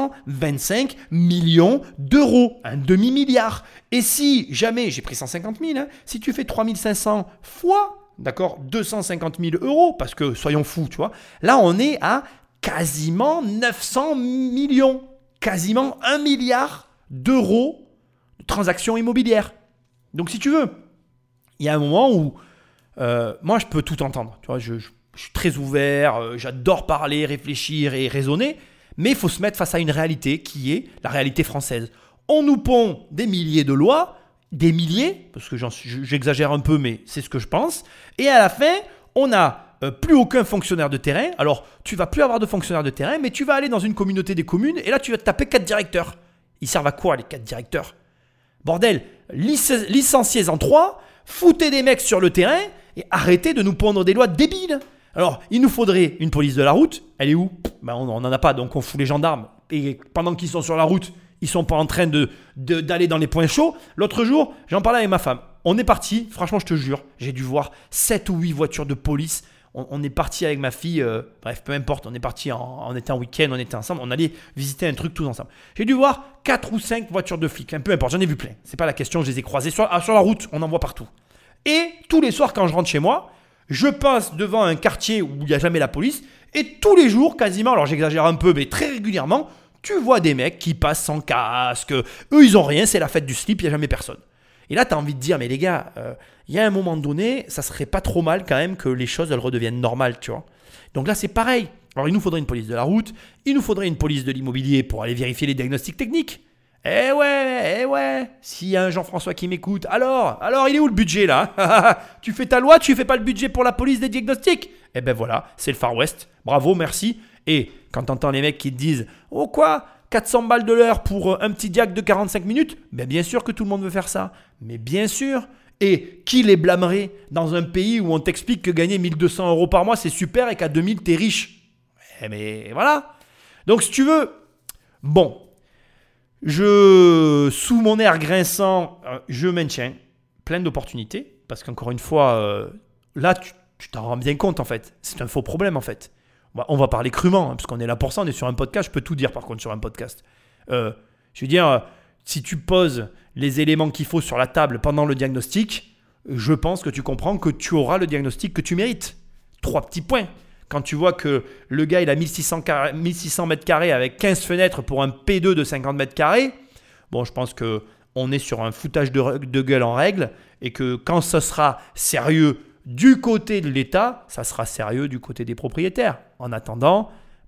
525 millions d'euros, un demi-milliard. Et si jamais, j'ai pris 150 000, hein, si tu fais 3500 fois... D'accord, 250 000 €, parce que soyons fous, tu vois. Là, on est à quasiment 900 millions, quasiment 1 milliard d'euros de transactions immobilières. Donc, si tu veux, il y a un moment où moi, je peux tout entendre. Tu vois, je suis très ouvert, j'adore parler, réfléchir et raisonner, mais il faut se mettre face à une réalité qui est la réalité française. On nous pond des milliers de lois, des milliers, parce que j'exagère un peu, mais c'est ce que je pense. Et à la fin, on n'a plus aucun fonctionnaire de terrain. Alors, tu vas plus avoir de fonctionnaire de terrain, mais tu vas aller dans une communauté des communes et là, tu vas te taper 4 directeurs. Ils servent à quoi les 4 directeurs? Bordel, licenciez en 3, foutez des mecs sur le terrain et arrêtez de nous pondre des lois débiles. Alors, il nous faudrait une police de la route. Elle est où? On n'en a pas, donc on fout les gendarmes. Et pendant qu'ils sont sur la route, ils sont pas en train d'aller dans les points chauds. L'autre jour, j'en parlais avec ma femme. On est parti, franchement, je te jure, j'ai dû voir 7 ou 8 voitures de police. On est parti avec ma fille, bref, peu importe, on est parti, on était en week-end, on était ensemble, on allait visiter un truc tous ensemble. J'ai dû voir 4 ou 5 voitures de flics, peu importe, j'en ai vu plein. C'est pas la question, je les ai croisées sur la route, on en voit partout. Et tous les soirs, quand je rentre chez moi, je passe devant un quartier où il n'y a jamais la police, et tous les jours, quasiment, alors j'exagère un peu, mais très régulièrement, tu vois des mecs qui passent sans casque. Eux, ils ont rien, c'est la fête du slip, il n'y a jamais personne. Et là, tu as envie de dire, mais les gars, il y a un moment donné, ça serait pas trop mal quand même que les choses elles redeviennent normales, tu vois. Donc là, c'est pareil. Alors, il nous faudrait une police de la route, il nous faudrait une police de l'immobilier pour aller vérifier les diagnostics techniques. Eh ouais, s'il y a un Jean-François qui m'écoute, alors, il est où le budget là? Tu fais ta loi, tu fais pas le budget pour la police des diagnostics? Eh ben voilà, c'est le Far West. Bravo, merci. Et quand t'entends les mecs qui te disent, oh quoi, 400 balles de l'heure pour un petit diag de 45 minutes, ben bien sûr que tout le monde veut faire ça. Mais bien sûr. Et qui les blâmerait dans un pays où on t'explique que gagner 1200 € par mois, c'est super et qu'à 2000, t'es riche? Mais voilà. Donc si tu veux, bon, sous mon air grinçant, je maintiens plein d'opportunités. Parce qu'encore une fois, là, tu t'en rends bien compte en fait. C'est un faux problème en fait. On va parler crûment, parce qu'on est là pour ça, on est sur un podcast. Je peux tout dire par contre sur un podcast. Je veux dire, si tu poses les éléments qu'il faut sur la table pendant le diagnostic, je pense que tu comprends que tu auras le diagnostic que tu mérites. 3 petits points. Quand tu vois que le gars, il a 1600 mètres carrés avec 15 fenêtres pour un P2 de 50 mètres carrés, bon, je pense qu'on est sur un foutage de gueule en règle et que quand ce sera sérieux du côté de l'État, ça sera sérieux du côté des propriétaires. En attendant,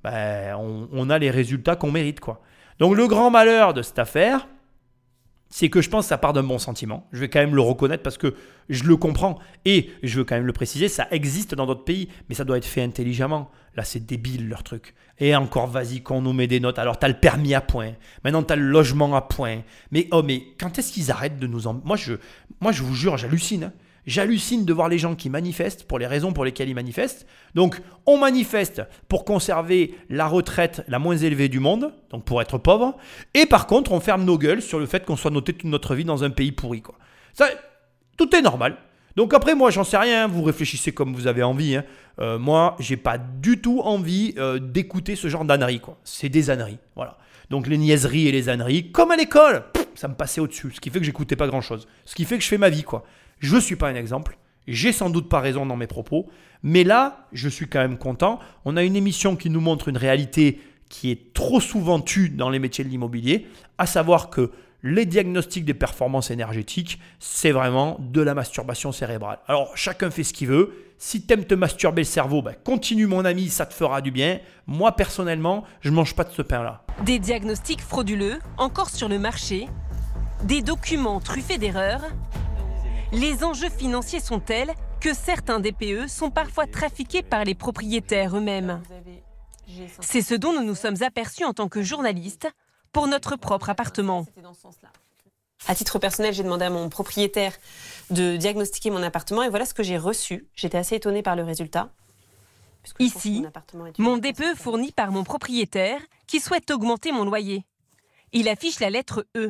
on a les résultats qu'on mérite, quoi. Donc le grand malheur de cette affaire, c'est que je pense que ça part d'un bon sentiment. Je vais quand même le reconnaître parce que je le comprends. Et je veux quand même le préciser, ça existe dans d'autres pays, mais ça doit être fait intelligemment. Là, c'est débile leur truc. Et encore, vas-y, qu'on nous met des notes. Alors, tu as le permis à point. Maintenant, tu as le logement à point. Mais quand est-ce qu'ils arrêtent de nous en... Moi, je vous jure, j'hallucine. J'hallucine de voir les gens qui manifestent pour les raisons pour lesquelles ils manifestent. Donc, on manifeste pour conserver la retraite la moins élevée du monde, donc pour être pauvre. Et par contre, on ferme nos gueules sur le fait qu'on soit noté toute notre vie dans un pays pourri, quoi. Ça, tout est normal. Donc après, moi, j'en sais rien. Vous réfléchissez comme vous avez envie. Moi, j'ai pas du tout envie d'écouter ce genre d'âneries, quoi. C'est des âneries, voilà. Donc les niaiseries et les âneries, comme à l'école, ça me passait au-dessus. Ce qui fait que j'écoutais pas grand-chose. Ce qui fait que je fais ma vie, quoi. Je ne suis pas un exemple, j'ai sans doute pas raison dans mes propos, mais là, je suis quand même content. On a une émission qui nous montre une réalité qui est trop souvent tue dans les métiers de l'immobilier, à savoir que les diagnostics des performances énergétiques, c'est vraiment de la masturbation cérébrale. Alors, chacun fait ce qu'il veut. Si tu aimes te masturber le cerveau, continue mon ami, ça te fera du bien. Moi, personnellement, je ne mange pas de ce pain-là. Des diagnostics frauduleux, encore sur le marché, des documents truffés d'erreurs. Les enjeux financiers sont tels que certains DPE sont parfois trafiqués par les propriétaires eux-mêmes. C'est ce dont nous nous sommes aperçus en tant que journalistes pour notre propre appartement. À titre personnel, j'ai demandé à mon propriétaire de diagnostiquer mon appartement et voilà ce que j'ai reçu. J'étais assez étonnée par le résultat. Ici, mon DPE fourni par mon propriétaire qui souhaite augmenter mon loyer. Il affiche la lettre E.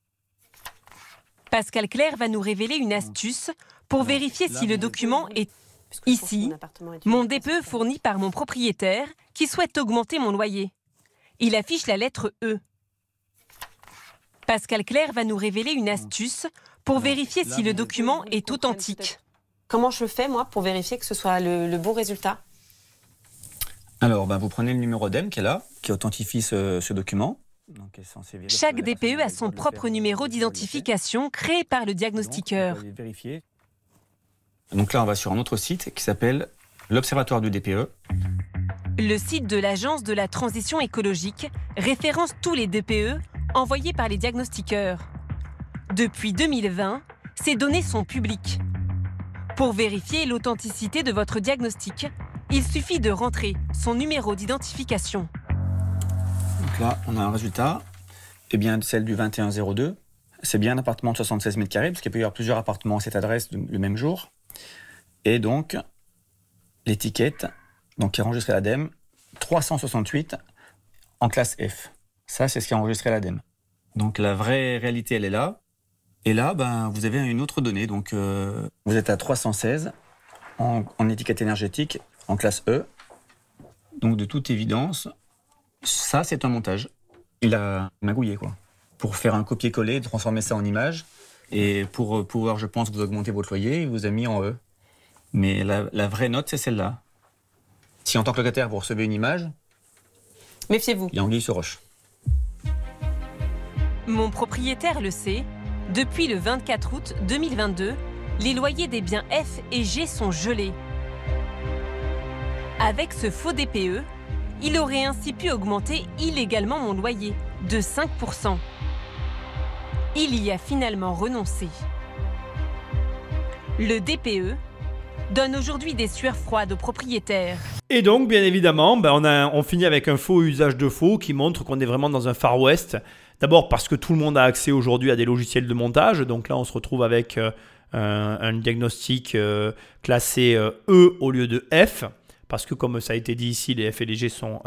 Pascal Clerc va nous révéler une astuce pour vérifier si le document est... Ici, mon DPE fourni par mon propriétaire qui souhaite augmenter mon loyer. Il affiche la lettre E. Pascal Clerc va nous révéler une astuce pour vérifier si le document est authentique. Comment je le fais, moi, pour vérifier que ce soit le bon résultat? Alors, vous prenez le numéro DEM qui est là, qui authentifie ce document. Donc, chaque DPE a son propre numéro d'identification créé par le diagnostiqueur. Donc là, on va sur un autre site qui s'appelle l'Observatoire du DPE. Le site de l'Agence de la transition écologique référence tous les DPE envoyés par les diagnostiqueurs. Depuis 2020, ces données sont publiques. Pour vérifier l'authenticité de votre diagnostic, il suffit de rentrer son numéro d'identification. Donc là, on a un résultat. Eh bien, celle du 2102, c'est bien un appartement de 76 mètres carrés, parce qu'il peut y avoir plusieurs appartements à cette adresse le même jour. Et donc, l'étiquette, donc, qui est enregistrée à l'ADEME, 368 en classe F. Ça, c'est ce qui est enregistré à l'ADEME. Donc, la vraie réalité, elle est là. Et là, vous avez une autre donnée. Donc, vous êtes à 316 en étiquette énergétique, en classe E. Donc, de toute évidence, ça, c'est un montage. Il a magouillé, quoi. Pour faire un copier-coller, transformer ça en image. Et pour pouvoir, je pense, vous augmenter votre loyer, il vous a mis en E. Mais la vraie note, c'est celle-là. Si en tant que locataire, vous recevez une image, méfiez-vous. Il y a anguille sur roche. Mon propriétaire le sait, depuis le 24 août 2022, les loyers des biens F et G sont gelés. Avec ce faux DPE, il aurait ainsi pu augmenter illégalement mon loyer de 5%. Il y a finalement renoncé. Le DPE donne aujourd'hui des sueurs froides aux propriétaires. Et donc, bien évidemment, on finit avec un faux usage de faux qui montre qu'on est vraiment dans un Far West. D'abord parce que tout le monde a accès aujourd'hui à des logiciels de montage. Donc là, on se retrouve avec un diagnostic classé E au lieu de F. Parce que, comme ça a été dit ici, les F et les G sont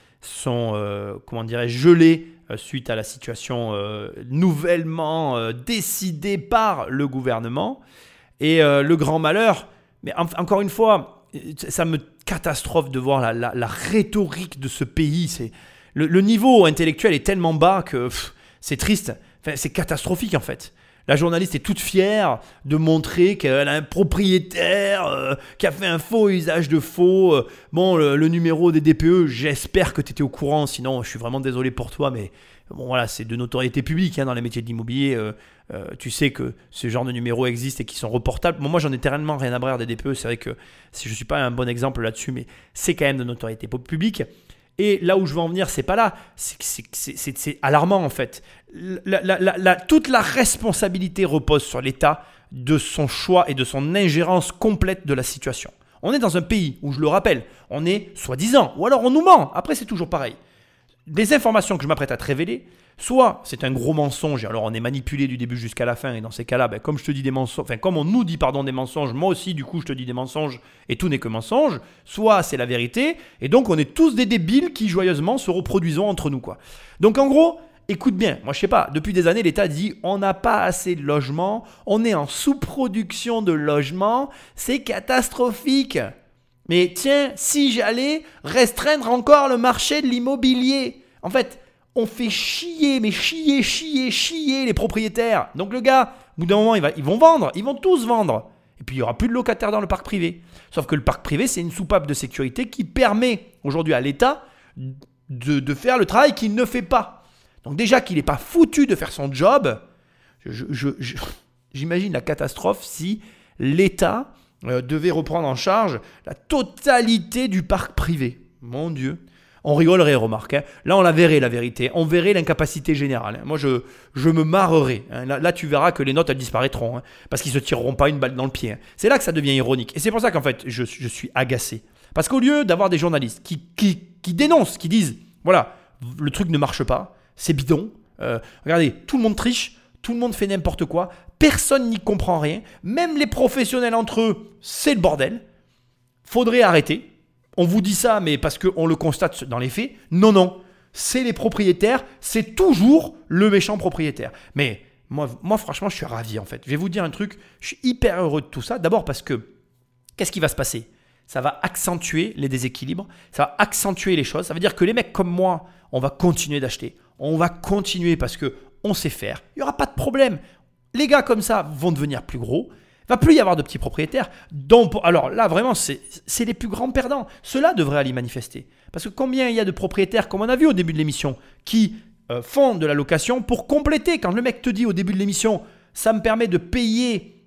gelés suite à la situation nouvellement décidée par le gouvernement. Et le grand malheur, mais encore une fois, ça me catastrophe de voir la rhétorique de ce pays. Le niveau intellectuel est tellement bas que c'est triste. Enfin, c'est catastrophique en fait. La journaliste est toute fière de montrer qu'elle a un propriétaire qui a fait un faux usage de faux. Le numéro des DPE, j'espère que tu étais au courant. Sinon, je suis vraiment désolé pour toi. Mais bon, voilà, c'est de notoriété publique dans les métiers de l'immobilier. Tu sais que ce genre de numéros existent et qui sont reportables. Bon, moi, j'en ai tellement rien à brer des DPE. C'est vrai que je ne suis pas un bon exemple là-dessus, mais c'est quand même de notoriété publique. Et là où je veux en venir, c'est pas là. C'est alarmant en fait. Toute la responsabilité repose sur l'État de son choix et de son ingérence complète de la situation. On est dans un pays où, je le rappelle, on est soi-disant, ou alors on nous ment. Après, c'est toujours pareil. Les informations que je m'apprête à te révéler, soit c'est un gros mensonge, et alors on est manipulé du début jusqu'à la fin, et dans ces cas-là, comme je te dis des mensonges, comme on nous dit des mensonges, moi aussi du coup je te dis des mensonges, et tout n'est que mensonge, soit c'est la vérité, et donc on est tous des débiles qui joyeusement se reproduisons entre nous, quoi. Donc en gros, écoute bien, moi je sais pas, depuis des années l'État dit on n'a pas assez de logements, on est en sous-production de logements, c'est catastrophique. Mais tiens, si j'allais restreindre encore le marché de l'immobilier. En fait, on fait chier les propriétaires. Donc le gars, au bout d'un moment, ils vont vendre, ils vont tous vendre. Et puis il n'y aura plus de locataires dans le parc privé. Sauf que le parc privé, c'est une soupape de sécurité qui permet aujourd'hui à l'État de faire le travail qu'il ne fait pas. Donc déjà qu'il n'est pas foutu de faire son job, j'imagine la catastrophe si l'État devait reprendre en charge la totalité du parc privé. Mon Dieu. On rigolerait, remarque. Là, on la verrait, la vérité. On verrait l'incapacité générale. Moi, je me marrerais. Là, tu verras que les notes, elles disparaîtront. Parce qu'ils ne se tireront pas une balle dans le pied. C'est là que ça devient ironique. Et c'est pour ça qu'en fait, je suis agacé. Parce qu'au lieu d'avoir des journalistes qui dénoncent, qui disent, voilà, le truc ne marche pas, c'est bidon. Regardez, tout le monde triche. Tout le monde fait n'importe quoi. Personne n'y comprend rien. Même les professionnels entre eux, c'est le bordel. Faudrait arrêter. On vous dit ça, mais parce qu'on le constate dans les faits. Non. C'est les propriétaires. C'est toujours le méchant propriétaire. Mais moi, franchement, je suis ravi en fait. Je vais vous dire un truc. Je suis hyper heureux de tout ça. D'abord parce que, qu'est-ce qui va se passer ? Ça va accentuer les déséquilibres. Ça va accentuer les choses. Ça veut dire que les mecs comme moi, on va continuer d'acheter. On va continuer parce que on sait faire. Il n'y aura pas de problème. Les gars comme ça vont devenir plus gros. Il ne va plus y avoir de petits propriétaires. Alors là, vraiment, c'est les plus grands perdants. Ceux-là devraient aller manifester. Parce que combien il y a de propriétaires, comme on a vu au début de l'émission, qui font de la location pour compléter. Quand le mec te dit au début de l'émission, ça me permet de payer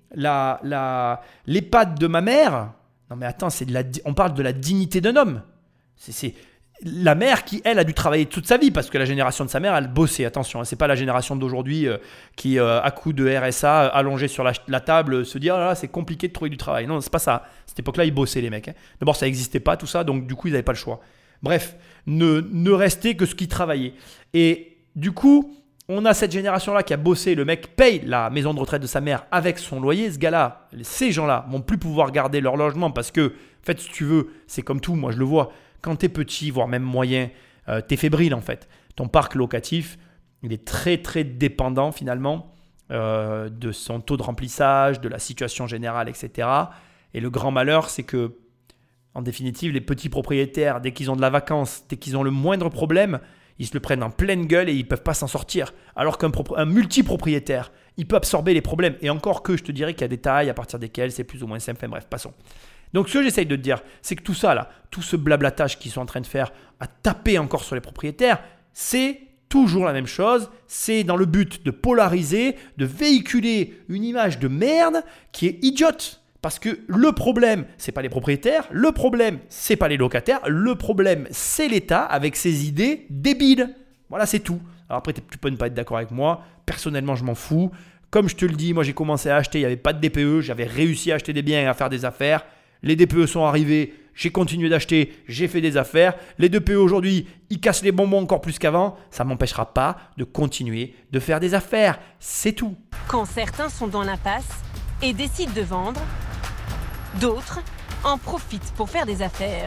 l'EHPAD de ma mère. Non mais attends, on parle de la dignité d'un homme. C'est la mère qui, elle, a dû travailler toute sa vie parce que la génération de sa mère, elle bossait. Attention, c'est pas la génération d'aujourd'hui qui, à coup de RSA, allongé sur la table, se dit « Ah là, c'est compliqué de trouver du travail ». Non, c'est pas ça. À cette époque-là, ils bossaient, les mecs. D'abord, ça n'existait pas, tout ça, donc du coup, ils n'avaient pas le choix. Bref, ne restait que ce qui travaillait. Et du coup, On a cette génération-là qui a bossé, le mec paye la maison de retraite de sa mère avec son loyer. Ce gars-là, ces gens-là vont plus pouvoir garder leur logement parce que, en fait, si tu veux, c'est comme tout, moi je le vois. Quand tu es petit, voire même moyen, tu es fébrile en fait. Ton parc locatif, il est très très dépendant finalement de son taux de remplissage, de la situation générale, etc. Et le grand malheur, c'est que, en définitive, les petits propriétaires, dès qu'ils ont de la vacance, dès qu'ils ont le moindre problème, ils se le prennent en pleine gueule et ils ne peuvent pas s'en sortir. Alors qu'un multipropriétaire, il peut absorber les problèmes. Et encore que je te dirais qu'il y a des tailles à partir desquelles c'est plus ou moins simple. Enfin bref, passons. Donc ce que j'essaye de te dire, c'est que tout ça là, tout ce blablatage qu'ils sont en train de faire à taper encore sur les propriétaires, c'est toujours la même chose. C'est dans le but de polariser, de véhiculer une image de merde qui est idiote. Parce que le problème, c'est pas les propriétaires, le problème, c'est pas les locataires, le problème, c'est l'État avec ses idées débiles. Voilà, c'est tout. Alors après, tu peux ne pas être d'accord avec moi. Personnellement, je m'en fous. Comme je te le dis, moi, j'ai commencé à acheter, il n'y avait pas de DPE, j'avais réussi à acheter des biens et à faire des affaires. Les DPE sont arrivés, j'ai continué d'acheter, j'ai fait des affaires. Les DPE aujourd'hui, ils cassent les bonbons encore plus qu'avant. Ça ne m'empêchera pas de continuer de faire des affaires. C'est tout. Quand certains sont dans l'impasse et décident de vendre, d'autres en profitent pour faire des affaires.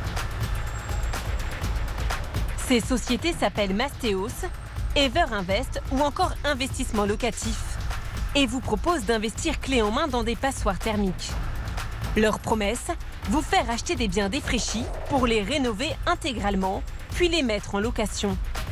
Ces sociétés s'appellent Mastéos, Ever Invest ou encore Investissement Locatif et vous proposent d'investir clé en main dans des passoires thermiques. Leur promesse, vous faire acheter des biens défraîchis pour les rénover intégralement, puis les mettre en location.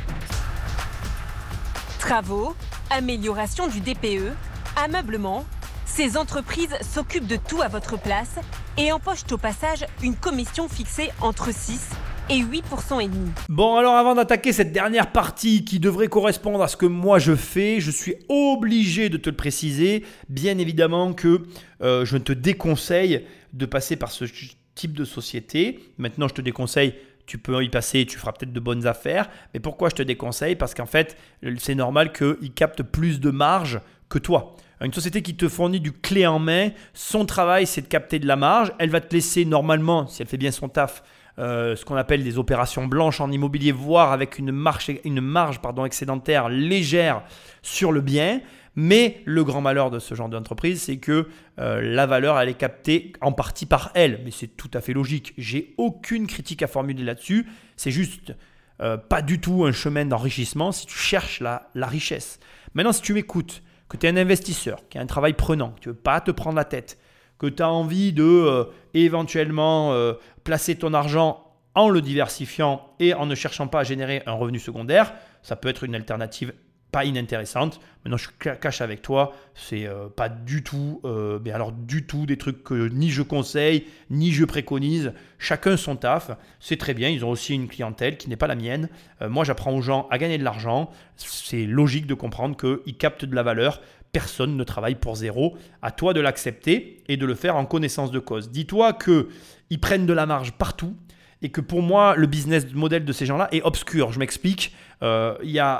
Travaux, amélioration du DPE, ameublement, ces entreprises s'occupent de tout à votre place et empochent au passage une commission fixée entre 6 et 8% et demi. Bon, alors avant d'attaquer cette dernière partie qui devrait correspondre à ce que moi je fais, je suis obligé de te le préciser. Bien évidemment que je te déconseille de passer par ce type de société. Maintenant, je te déconseille, tu peux y passer, tu feras peut-être de bonnes affaires. Mais pourquoi je te déconseille ? Parce qu'en fait, c'est normal qu'ils captent plus de marge que toi. Une société qui te fournit du clé en main, son travail, c'est de capter de la marge. Elle va te laisser normalement, si elle fait bien son taf, ce qu'on appelle des opérations blanches en immobilier, voire avec une marge excédentaire légère sur le bien. Mais le grand malheur de ce genre d'entreprise, c'est que la valeur, elle est captée en partie par elle. Mais c'est tout à fait logique. J'ai aucune critique à formuler là-dessus. C'est juste pas du tout un chemin d'enrichissement si tu cherches la richesse. Maintenant, si tu m'écoutes, que tu es un investisseur, qui a un travail prenant, que tu ne veux pas te prendre la tête, que tu as envie de éventuellement placer ton argent en le diversifiant et en ne cherchant pas à générer un revenu secondaire, ça peut être une alternative pas inintéressante. Maintenant, je cache avec toi, c'est pas du tout, mais alors du tout des trucs que ni je conseille, ni je préconise. Chacun son taf, c'est très bien. Ils ont aussi une clientèle qui n'est pas la mienne. Moi, j'apprends aux gens à gagner de l'argent. C'est logique de comprendre qu'ils captent de la valeur. Personne ne travaille pour zéro. À toi de l'accepter et de le faire en connaissance de cause. Dis-toi qu'ils prennent de la marge partout. Et que pour moi, le business model de ces gens-là est obscur. Je m'explique. Moi,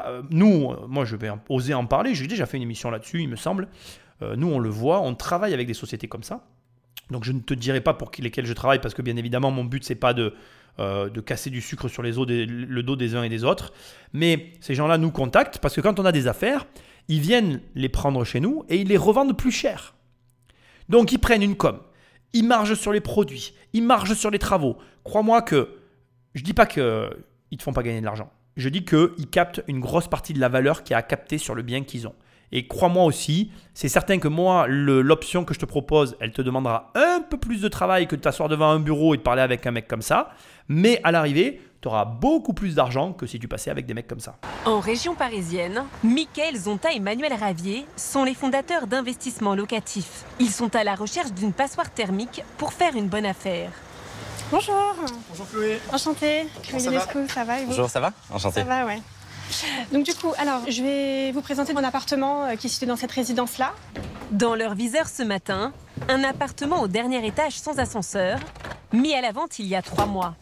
je vais oser en parler. J'ai déjà fait une émission là-dessus, il me semble. Nous, on le voit. On travaille avec des sociétés comme ça. Donc, je ne te dirai pas pour lesquelles je travaille parce que, bien évidemment, mon but, ce n'est pas de casser du sucre sur le dos des uns et des autres. Mais ces gens-là nous contactent parce que quand on a des affaires, ils viennent les prendre chez nous et ils les revendent plus cher. Donc, ils prennent une com. Ils margent sur les produits, ils margent sur les travaux. Crois-moi que je ne dis pas qu'ils ne te font pas gagner de l'argent. Je dis qu'ils captent une grosse partie de la valeur qu'il y a à capter sur le bien qu'ils ont. Et crois-moi aussi, c'est certain que moi, l'option que je te propose, elle te demandera un peu plus de travail que de t'asseoir devant un bureau et de parler avec un mec comme ça. Mais à l'arrivée, tu auras beaucoup plus d'argent que si tu passais avec des mecs comme ça. En région parisienne, Mickaël Zonta et Manuel Ravier sont les fondateurs d'Investissement Locatif. Ils sont à la recherche d'une passoire thermique pour faire une bonne affaire. Bonjour. Bonjour Chloé. Enchantée. Chloé Lescaut, ça va et vous ? Bonjour, ça va ? Enchanté. Ça va, ouais. Donc du coup, alors, je vais vous présenter mon appartement qui est situé dans cette résidence-là. Dans leur viseur ce matin, un appartement au dernier étage sans ascenseur, mis à la vente il y a 3 mois.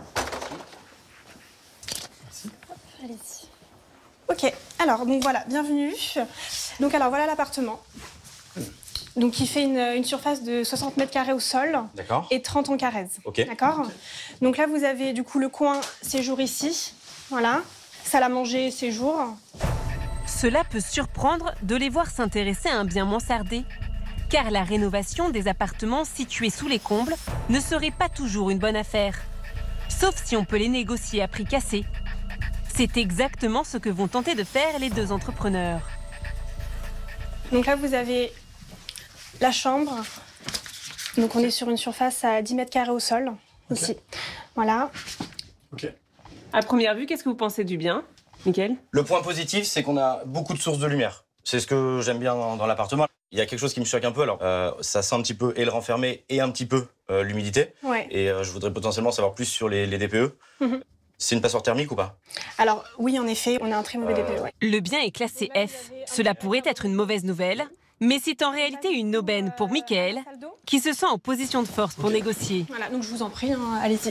Merci. Allez-y. Ok, alors, donc voilà, bienvenue. Donc alors, voilà l'appartement. Donc, il fait une surface de 60 mètres carrés au sol. D'accord. Et 30 en carrez. Ok. D'accord. Donc là, vous avez du coup le coin séjour ici. Voilà. Salle à manger, séjour. Cela peut surprendre de les voir s'intéresser à un bien mansardé, car la rénovation des appartements situés sous les combles ne serait pas toujours une bonne affaire, sauf si on peut les négocier à prix cassé. C'est exactement ce que vont tenter de faire les deux entrepreneurs. Donc là, vous avez la chambre. Donc on est sur une surface à 10 mètres carrés au sol, ici. Voilà. Ok. À première vue, qu'est-ce que vous pensez du bien, Mickaël? Le point positif, c'est qu'on a beaucoup de sources de lumière. C'est ce que j'aime bien dans l'appartement. Il y a quelque chose qui me choque un peu. Alors, ça sent un petit peu et le renfermé et un petit peu l'humidité. Ouais. Et je voudrais potentiellement savoir plus sur les DPE. C'est une passoire thermique ou pas? Alors oui, en effet, on a un très mauvais DPE. Ouais. Le bien est classé F. Cela pourrait être une mauvaise nouvelle, mais c'est en réalité une aubaine pour Mickaël, qui se sent en position de force pour négocier. Voilà, donc je vous en prie, allez-y.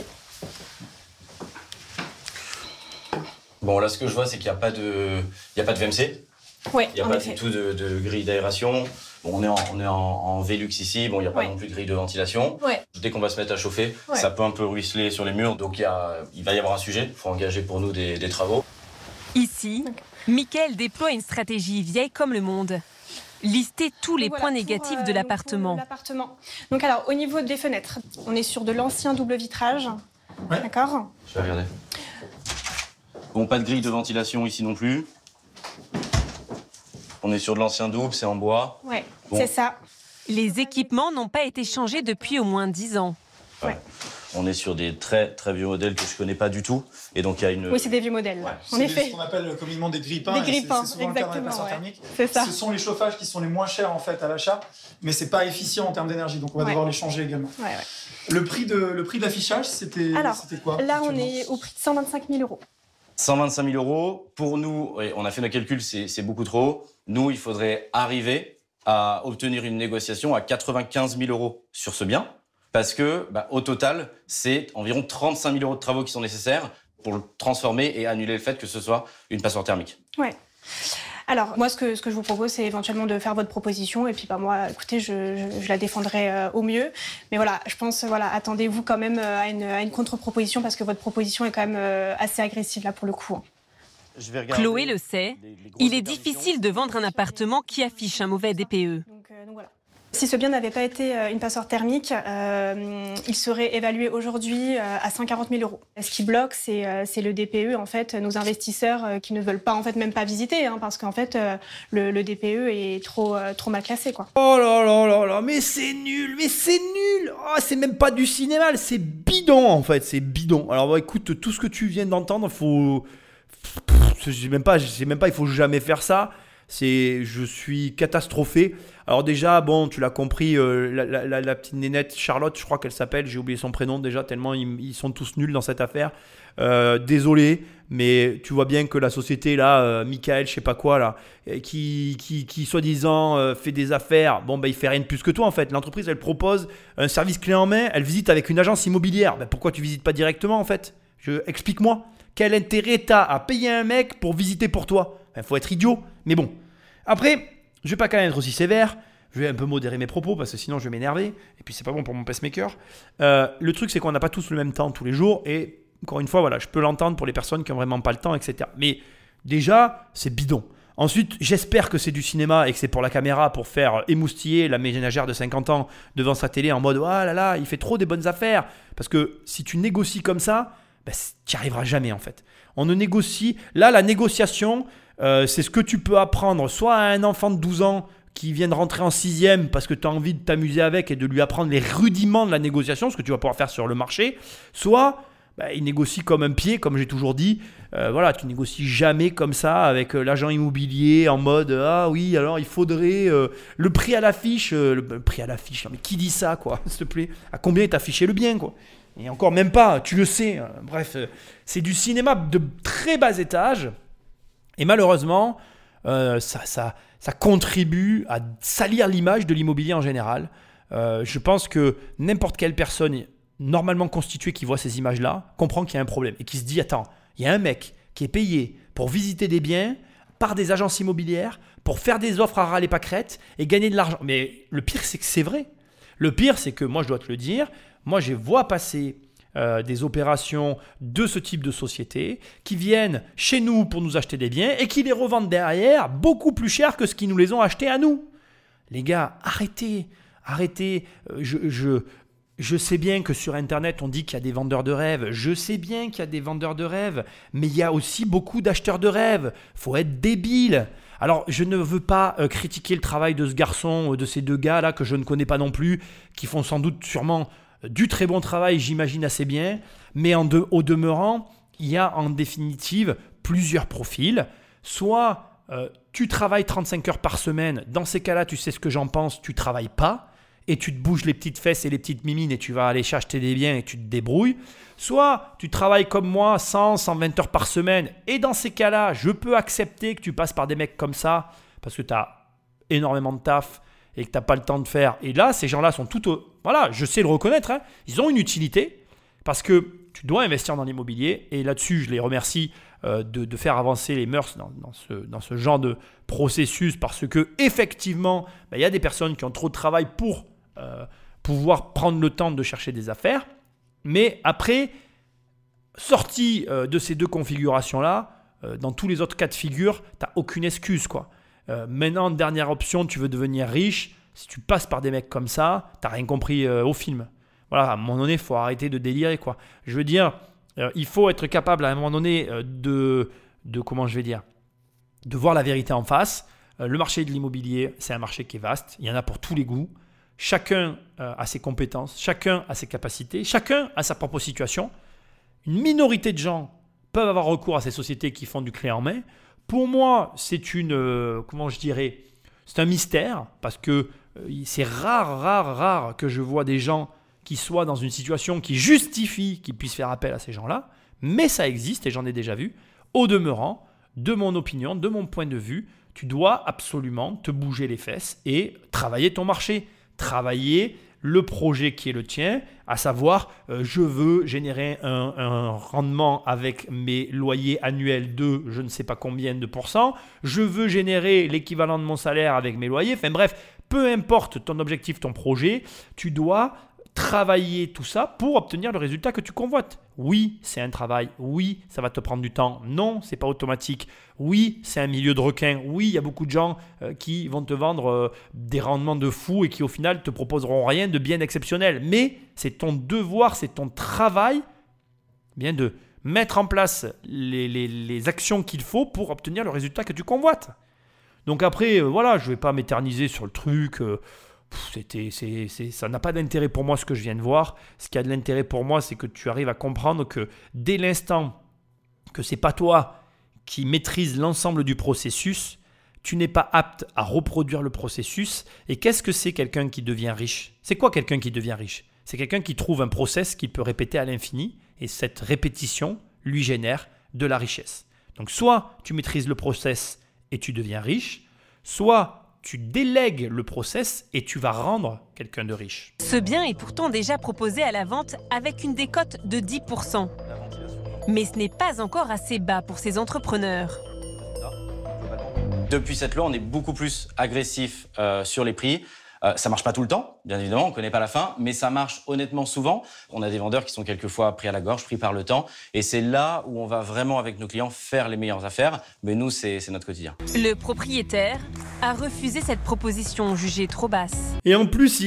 Bon, là, ce que je vois, c'est qu'il n'y a pas de VMC. Ouais, il n'y a pas du tout de grille d'aération. Bon, on est en Velux ici. Bon, il n'y a pas non plus de grille de ventilation. Ouais. Dès qu'on va se mettre à chauffer, ça peut un peu ruisseler sur les murs. Donc, il va y avoir un sujet. Il faut engager pour nous des travaux. Ici, Mickaël déploie une stratégie vieille comme le monde. Lister tous les points négatifs de l'appartement. Donc alors, au niveau des fenêtres, on est sur de l'ancien double vitrage. Ouais. D'accord. Je vais regarder. Bon, pas de grille de ventilation ici non plus. On est sur de l'ancien double, c'est en bois. Ouais, bon. C'est ça. Les équipements n'ont pas été changés depuis au moins 10 ans. Ouais. On est sur des très très vieux modèles que je connais pas du tout. Et donc il y a une... Oui, c'est des vieux modèles, en effet. C'est ce qu'on appelle communément des grippins. Des grippins, c'est souvent exactement. Le cas dans les passoires thermiques. C'est ça. Ce sont les chauffages qui sont les moins chers en fait à l'achat, mais c'est pas efficient en termes d'énergie, donc on va devoir les changer également. Ouais. Le prix de l'affichage, c'était quoi? Là, on est au prix de 125 000 €. 125 000 €. Pour nous, on a fait nos calculs, c'est beaucoup trop haut. Nous, il faudrait arriver à obtenir une négociation à 95 000 € sur ce bien. Parce que, au total, c'est environ 35 000 € de travaux qui sont nécessaires pour le transformer et annuler le fait que ce soit une passoire thermique. Ouais. Alors, moi, ce que je vous propose, c'est éventuellement de faire votre proposition. Et puis, moi, écoutez, je la défendrai au mieux. Mais voilà, je pense, attendez-vous quand même à une contre-proposition parce que votre proposition est quand même assez agressive, là, pour le coup. Chloé le sait, il est difficile de vendre un appartement qui affiche un mauvais DPE. Donc voilà. Si ce bien n'avait pas été une passoire thermique, il serait évalué aujourd'hui à 140 000 €. Ce qui bloque, c'est le DPE, en fait, nos investisseurs qui ne veulent pas, en fait, même pas visiter, parce qu'en fait, le DPE est trop mal classé, quoi. Oh là là là là, mais c'est nul. Oh, c'est même pas du cinéma, c'est bidon, en fait, c'est bidon. Alors, écoute, tout ce que tu viens d'entendre, je sais même pas, il faut jamais faire ça. Je suis catastrophé. Alors déjà, bon, tu l'as compris, la petite nénette Charlotte, je crois qu'elle s'appelle, j'ai oublié son prénom déjà, tellement ils sont tous nuls dans cette affaire. Désolé, mais tu vois bien que la société là, Mickaël, je sais pas quoi là, qui soi-disant fait des affaires, il fait rien de plus que toi en fait. L'entreprise, elle propose un service clé en main, elle visite avec une agence immobilière. Pourquoi tu visites pas directement en fait? Explique-moi. Quel intérêt t'as à payer un mec pour visiter pour toi? Faut être idiot. Mais bon. Après, je vais pas quand même être aussi sévère. Je vais un peu modérer mes propos parce que sinon je vais m'énerver. Et puis c'est pas bon pour mon pacemaker. Le truc, c'est qu'on n'a pas tous le même temps tous les jours. Et encore une fois, voilà, je peux l'entendre pour les personnes qui ont vraiment pas le temps, etc. Mais déjà, c'est bidon. Ensuite, j'espère que c'est du cinéma et que c'est pour la caméra, pour faire émoustiller la ménagère de 50 ans devant sa télé en mode « Ah là là, il fait trop des bonnes affaires ». Parce que si tu négocies comme ça, tu n'y arriveras jamais en fait. On ne négocie... Là, la négociation, c'est ce que tu peux apprendre soit à un enfant de 12 ans qui vient de rentrer en 6e parce que tu as envie de t'amuser avec et de lui apprendre les rudiments de la négociation, ce que tu vas pouvoir faire sur le marché, soit il négocie comme un pied, comme j'ai toujours dit. Tu négocies jamais comme ça avec l'agent immobilier en mode « Ah oui, alors il faudrait le prix à l'affiche. » Le prix à l'affiche, mais qui dit ça quoi, s'il te plaît? À combien est affiché le bien quoi? Et encore même pas, tu le sais. Bref, c'est du cinéma de très bas étage. Et malheureusement, ça contribue à salir l'image de l'immobilier en général. Je pense que n'importe quelle personne normalement constituée qui voit ces images-là comprend qu'il y a un problème et qui se dit « Attends, il y a un mec qui est payé pour visiter des biens par des agences immobilières, pour faire des offres à ras les pâquerettes et gagner de l'argent. » Mais le pire, c'est que c'est vrai. Le pire, c'est que moi, je dois te le dire, moi, je vois passer des opérations de ce type de société, qui viennent chez nous pour nous acheter des biens et qui les revendent derrière beaucoup plus cher que ce qu'ils nous les ont achetés à nous. Les gars, arrêtez. Je sais bien que sur Internet, on dit qu'il y a des vendeurs de rêves. Je sais bien qu'il y a des vendeurs de rêves, mais il y a aussi beaucoup d'acheteurs de rêves. Faut être débile. Alors, je ne veux pas critiquer le travail de ce garçon, de ces deux gars-là que je ne connais pas non plus, qui font sans doute sûrement du très bon travail, j'imagine assez bien. Mais au demeurant, il y a en définitive plusieurs profils. Soit tu travailles 35 heures par semaine. Dans ces cas-là, tu sais ce que j'en pense, tu ne travailles pas. Et tu te bouges les petites fesses et les petites mimines et tu vas aller acheter des biens et tu te débrouilles. Soit tu travailles comme moi 100, 120 heures par semaine et dans ces cas-là, je peux accepter que tu passes par des mecs comme ça parce que tu as énormément de taf et que tu n'as pas le temps de faire. Et là, ces gens-là sont voilà, je sais le reconnaître, hein, ils ont une utilité parce que tu dois investir dans l'immobilier et là-dessus, je les remercie de faire avancer les mœurs dans ce genre de processus parce que effectivement, il y a des personnes qui ont trop de travail pour pouvoir prendre le temps de chercher des affaires. Mais après, sorti de ces deux configurations-là, dans tous les autres cas de figure, tu n'as aucune excuse, quoi. Maintenant, dernière option, tu veux devenir riche. Si tu passes par des mecs comme ça, tu n'as rien compris au film. Voilà, à un moment donné, il faut arrêter de délirer, quoi. Je veux dire, il faut être capable à un moment donné de voir la vérité en face. Le marché de l'immobilier, c'est un marché qui est vaste. Il y en a pour tous les goûts. Chacun a ses compétences, chacun a ses capacités, chacun a sa propre situation. Une minorité de gens peuvent avoir recours à ces sociétés qui font du clé en main. Pour moi, c'est c'est un mystère parce que c'est rare que je vois des gens qui soient dans une situation qui justifie qu'ils puissent faire appel à ces gens-là. Mais ça existe et j'en ai déjà vu. Au demeurant, de mon opinion, de mon point de vue, tu dois absolument te bouger les fesses et travailler ton marché. Travailler le projet qui est le tien, à savoir je veux générer un rendement avec mes loyers annuels de je ne sais pas combien de pourcents, je veux générer l'équivalent de mon salaire avec mes loyers, enfin bref, peu importe ton objectif, ton projet, tu dois travailler tout ça pour obtenir le résultat que tu convoites. Oui, c'est un travail. Oui, ça va te prendre du temps. Non, c'est pas automatique. Oui, c'est un milieu de requins. Oui, il y a beaucoup de gens qui vont te vendre des rendements de fou et qui au final te proposeront rien de bien exceptionnel. Mais c'est ton devoir, c'est ton travail bien de mettre en place les actions qu'il faut pour obtenir le résultat que tu convoites. Donc après, voilà, je ne vais pas m'éterniser sur le truc. Ça n'a pas d'intérêt pour moi ce que je viens de voir. Ce qui a de l'intérêt pour moi, c'est que tu arrives à comprendre que dès l'instant que ce n'est pas toi qui maîtrise l'ensemble du processus, tu n'es pas apte à reproduire le processus. Et qu'est-ce que c'est quelqu'un qui devient riche ? C'est quoi quelqu'un qui devient riche ? C'est quelqu'un qui trouve un process qu'il peut répéter à l'infini et cette répétition lui génère de la richesse. Donc soit tu maîtrises le process et tu deviens riche, soit tu délègues le process et tu vas rendre quelqu'un de riche. Ce bien est pourtant déjà proposé à la vente avec une décote de 10%. Mais ce n'est pas encore assez bas pour ces entrepreneurs. Depuis cette loi, on est beaucoup plus agressif sur les prix. Ça marche pas tout le temps, bien évidemment, on connaît pas la fin, mais ça marche honnêtement souvent. On a des vendeurs qui sont quelquefois pris à la gorge, pris par le temps, et c'est là où on va vraiment avec nos clients faire les meilleures affaires. Mais nous, c'est notre quotidien. Le propriétaire a refusé cette proposition jugée trop basse. Et en plus,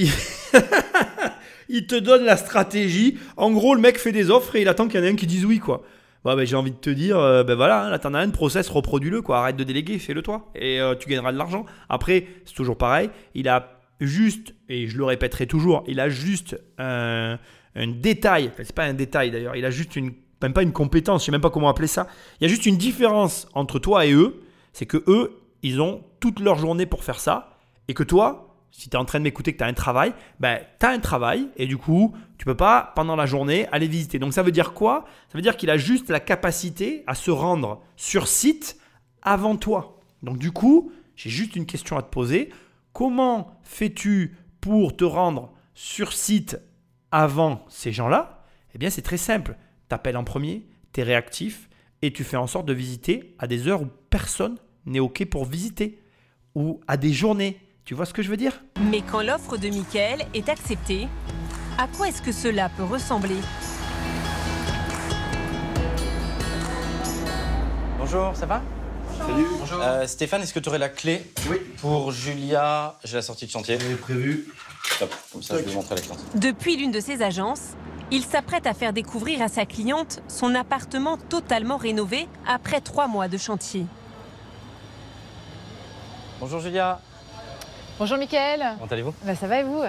il te donne la stratégie. En gros, le mec fait des offres et il attend qu'il y en ait un qui dise oui, quoi. J'ai envie de te dire, voilà, là t'en as un process, reproduis-le, quoi. Arrête de déléguer, fais-le toi, et tu gagneras de l'argent. Après, c'est toujours pareil, il a juste, et je le répéterai toujours, il a juste un détail, enfin, c'est pas un détail d'ailleurs, il a juste même pas une compétence, je sais même pas comment appeler ça, il y a juste une différence entre toi et eux, c'est que eux, ils ont toute leur journée pour faire ça, et que toi, si tu es en train de m'écouter, que tu as un travail, tu as un travail, et du coup, tu peux pas, pendant la journée, aller visiter. Donc ça veut dire quoi ? Ça veut dire qu'il a juste la capacité à se rendre sur site avant toi. Donc du coup, j'ai juste une question à te poser. Comment fais-tu pour te rendre sur site avant ces gens-là ? Eh bien, c'est très simple. Tu appelles en premier, tu es réactif et tu fais en sorte de visiter à des heures où personne n'est OK pour visiter ou à des journées. Tu vois ce que je veux dire ? Mais quand l'offre de Mickaël est acceptée, à quoi est-ce que cela peut ressembler ? Bonjour, ça va? Salut. Bonjour. Stéphane, est-ce que tu aurais la clé pour Julia? J'ai la sortie de chantier. J'avais prévu. Top, comme ça je vais vous montrer la cliente. Depuis l'une de ses agences, il s'apprête à faire découvrir à sa cliente son appartement totalement rénové après 3 mois de chantier. Bonjour Julia. Bonjour Mickaël. Comment allez-vous? Ça va et vous?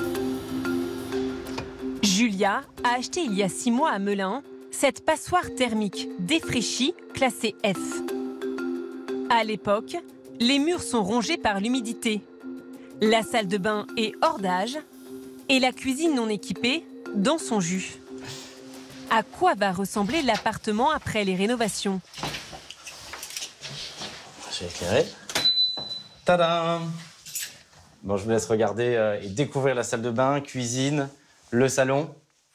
Julia a acheté il y a 6 mois à Melun cette passoire thermique défraîchie classée F. À l'époque, les murs sont rongés par l'humidité. La salle de bain est hors d'âge et la cuisine non équipée dans son jus. À quoi va ressembler l'appartement après les rénovations? Je vais éclairer. Tadam! Bon, je vous laisse regarder et découvrir la salle de bain, cuisine, le salon.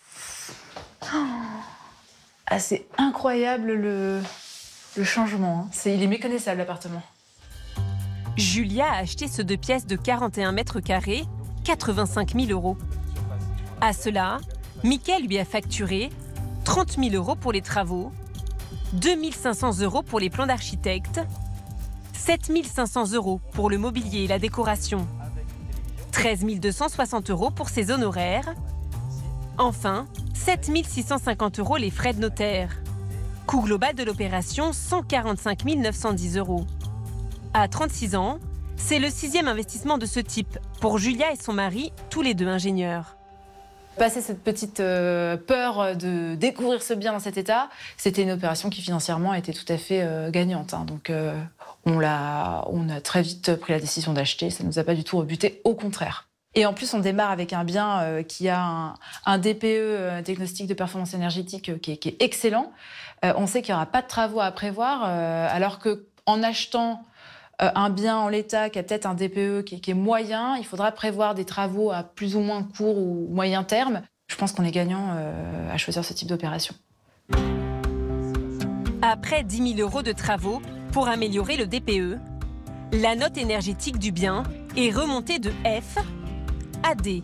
Ah, c'est incroyable le changement. Il est méconnaissable l'appartement. Julia a acheté ce 2 pièces de 41 mètres carrés, 85 000 €. À cela, Mickaël lui a facturé 30 000 € pour les travaux, 2 500 € pour les plans d'architecte, 7 500 € pour le mobilier et la décoration, 13 260 € pour ses honoraires, enfin 7 650 € les frais de notaire. Coût global de l'opération, 145 910 €. À 36 ans, c'est le 6e investissement de ce type pour Julia et son mari, tous les deux ingénieurs. Passer cette petite peur de découvrir ce bien dans cet état, c'était une opération qui financièrement était tout à fait gagnante. Donc on a très vite pris la décision d'acheter, ça ne nous a pas du tout rebuté, au contraire. Et en plus, on démarre avec un bien qui a un DPE, un diagnostic de performance énergétique, qui est excellent. On sait qu'il n'y aura pas de travaux à prévoir, alors qu'en achetant un bien en l'état qui a peut-être un DPE qui est moyen, il faudra prévoir des travaux à plus ou moins court ou moyen terme. Je pense qu'on est gagnant à choisir ce type d'opération. Après 10 000 € de travaux pour améliorer le DPE, la note énergétique du bien est remontée de F à D.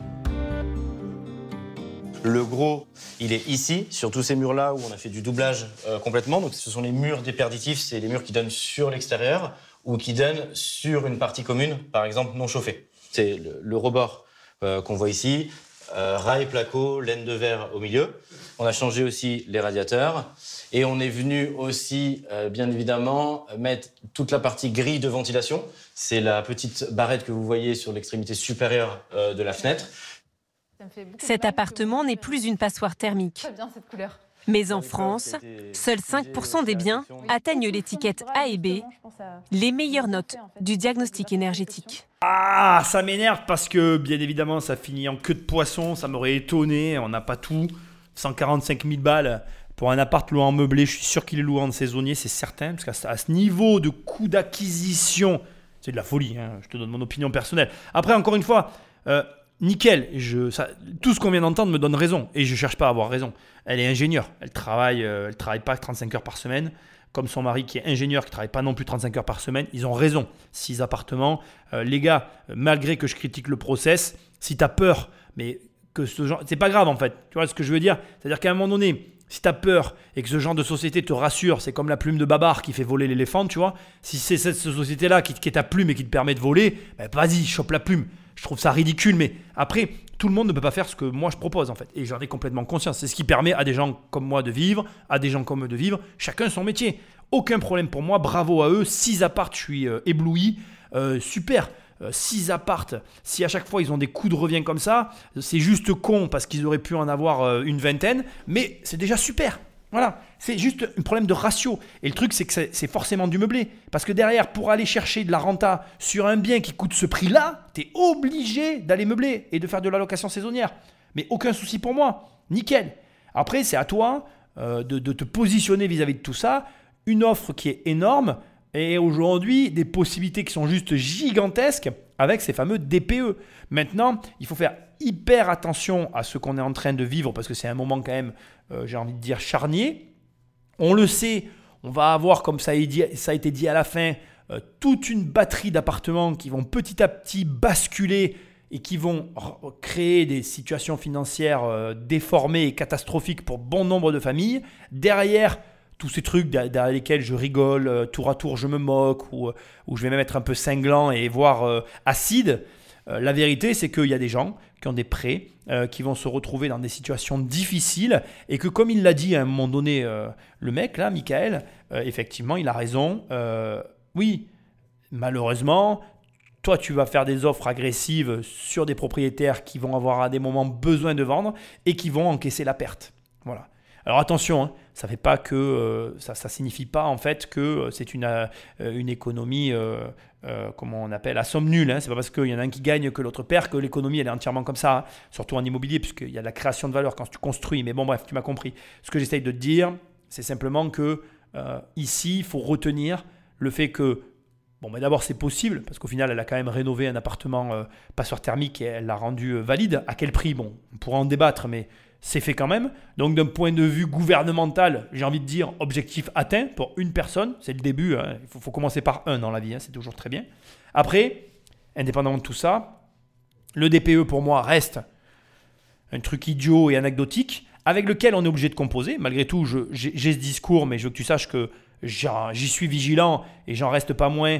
Le gros, il est ici, sur tous ces murs-là où on a fait du doublage complètement. Donc ce sont les murs déperditifs, c'est les murs qui donnent sur l'extérieur ou qui donnent sur une partie commune, par exemple non chauffée. C'est le rebord qu'on voit ici, rail, placo, laine de verre au milieu. On a changé aussi les radiateurs et on est venu aussi, bien évidemment, mettre toute la partie grille de ventilation. C'est la petite barrette que vous voyez sur l'extrémité supérieure de la fenêtre. Cet appartement n'est plus une passoire thermique. Très bien cette couleur. Mais en France, seuls 5% des biens atteignent l'étiquette A et B, les meilleures notes du diagnostic énergétique. Ah, ça m'énerve parce que, bien évidemment, ça finit en queue de poisson. Ça m'aurait étonné. On n'a pas tout. 145 000 balles pour un appart loué en meublé. Je suis sûr qu'il est loué en saisonnier, c'est certain. Parce qu'à ce niveau de coût d'acquisition, c'est de la folie. Je te donne mon opinion personnelle. Après, encore une fois, nickel. Tout ce qu'on vient d'entendre me donne raison. Et je ne cherche pas à avoir raison. Elle est ingénieure. Elle travaille pas 35 heures par semaine. Comme son mari qui est ingénieur, qui ne travaille pas non plus 35 heures par semaine. Ils ont raison. 6 appartements. Les gars, malgré que je critique le process, si tu as peur, mais que ce genre... C'est pas grave en fait. Tu vois ce que je veux dire? C'est-à-dire qu'à un moment donné, si tu as peur et que ce genre de société te rassure, c'est comme la plume de Babar qui fait voler l'éléphant, tu vois. Si c'est cette société-là qui est ta plume et qui te permet de voler, vas-y, chope la plume. Je trouve ça ridicule, mais après, tout le monde ne peut pas faire ce que moi je propose en fait. Et j'en ai complètement conscience. C'est ce qui permet à des gens comme moi de vivre, à des gens comme eux de vivre. Chacun son métier. Aucun problème pour moi. Bravo à eux. 6 apparts, je suis ébloui. Super. 6 apparts. Si à chaque fois ils ont des coûts de revient comme ça, c'est juste con parce qu'ils auraient pu en avoir une vingtaine. Mais c'est déjà super. Voilà, c'est juste un problème de ratio. Et le truc, c'est que c'est forcément du meublé. Parce que derrière, pour aller chercher de la renta sur un bien qui coûte ce prix-là, tu es obligé d'aller meubler et de faire de la location saisonnière. Mais aucun souci pour moi. Nickel. Après, c'est à toi de te positionner vis-à-vis de tout ça. Une offre qui est énorme et aujourd'hui, des possibilités qui sont juste gigantesques avec ces fameux DPE. Maintenant, il faut faire hyper attention à ce qu'on est en train de vivre parce que c'est un moment quand même, j'ai envie de dire, charnier. On le sait, on va avoir, comme ça a été dit à la fin, toute une batterie d'appartements qui vont petit à petit basculer et qui vont créer des situations financières déformées et catastrophiques pour bon nombre de familles. Derrière, tous ces trucs derrière lesquels je rigole, tour à tour je me moque, ou je vais même être un peu cinglant et voire acide. La vérité, c'est qu'il y a des gens qui ont des prêts, qui vont se retrouver dans des situations difficiles et que, comme il l'a dit à un moment donné, le mec là, Michael, effectivement, il a raison. Oui, malheureusement, toi, tu vas faire des offres agressives sur des propriétaires qui vont avoir à des moments besoin de vendre et qui vont encaisser la perte. Voilà. Alors attention, hein, ça fait pas que ça signifie pas en fait que c'est une économie comment on appelle à somme nulle. Hein. C'est pas parce qu'il y en a un qui gagne que l'autre perd que l'économie elle est entièrement comme ça. Hein. Surtout en immobilier puisqu'il y a de la création de valeur quand tu construis. Mais bon bref, tu m'as compris. Ce que j'essaye de te dire, c'est simplement que ici, il faut retenir le fait que bon, mais d'abord, c'est possible, parce qu'au final, elle a quand même rénové un appartement passoire thermique et elle l'a rendu valide. À quel prix? Bon, on pourra en débattre, mais c'est fait quand même. Donc, d'un point de vue gouvernemental, j'ai envie de dire objectif atteint pour une personne. C'est le début. Hein. Il faut commencer par un dans la vie. Hein. C'est toujours très bien. Après, indépendamment de tout ça, le DPE, pour moi, reste un truc idiot et anecdotique avec lequel on est obligé de composer. Malgré tout, j'ai ce discours, mais je veux que tu saches que j'y suis vigilant et j'en reste pas moins,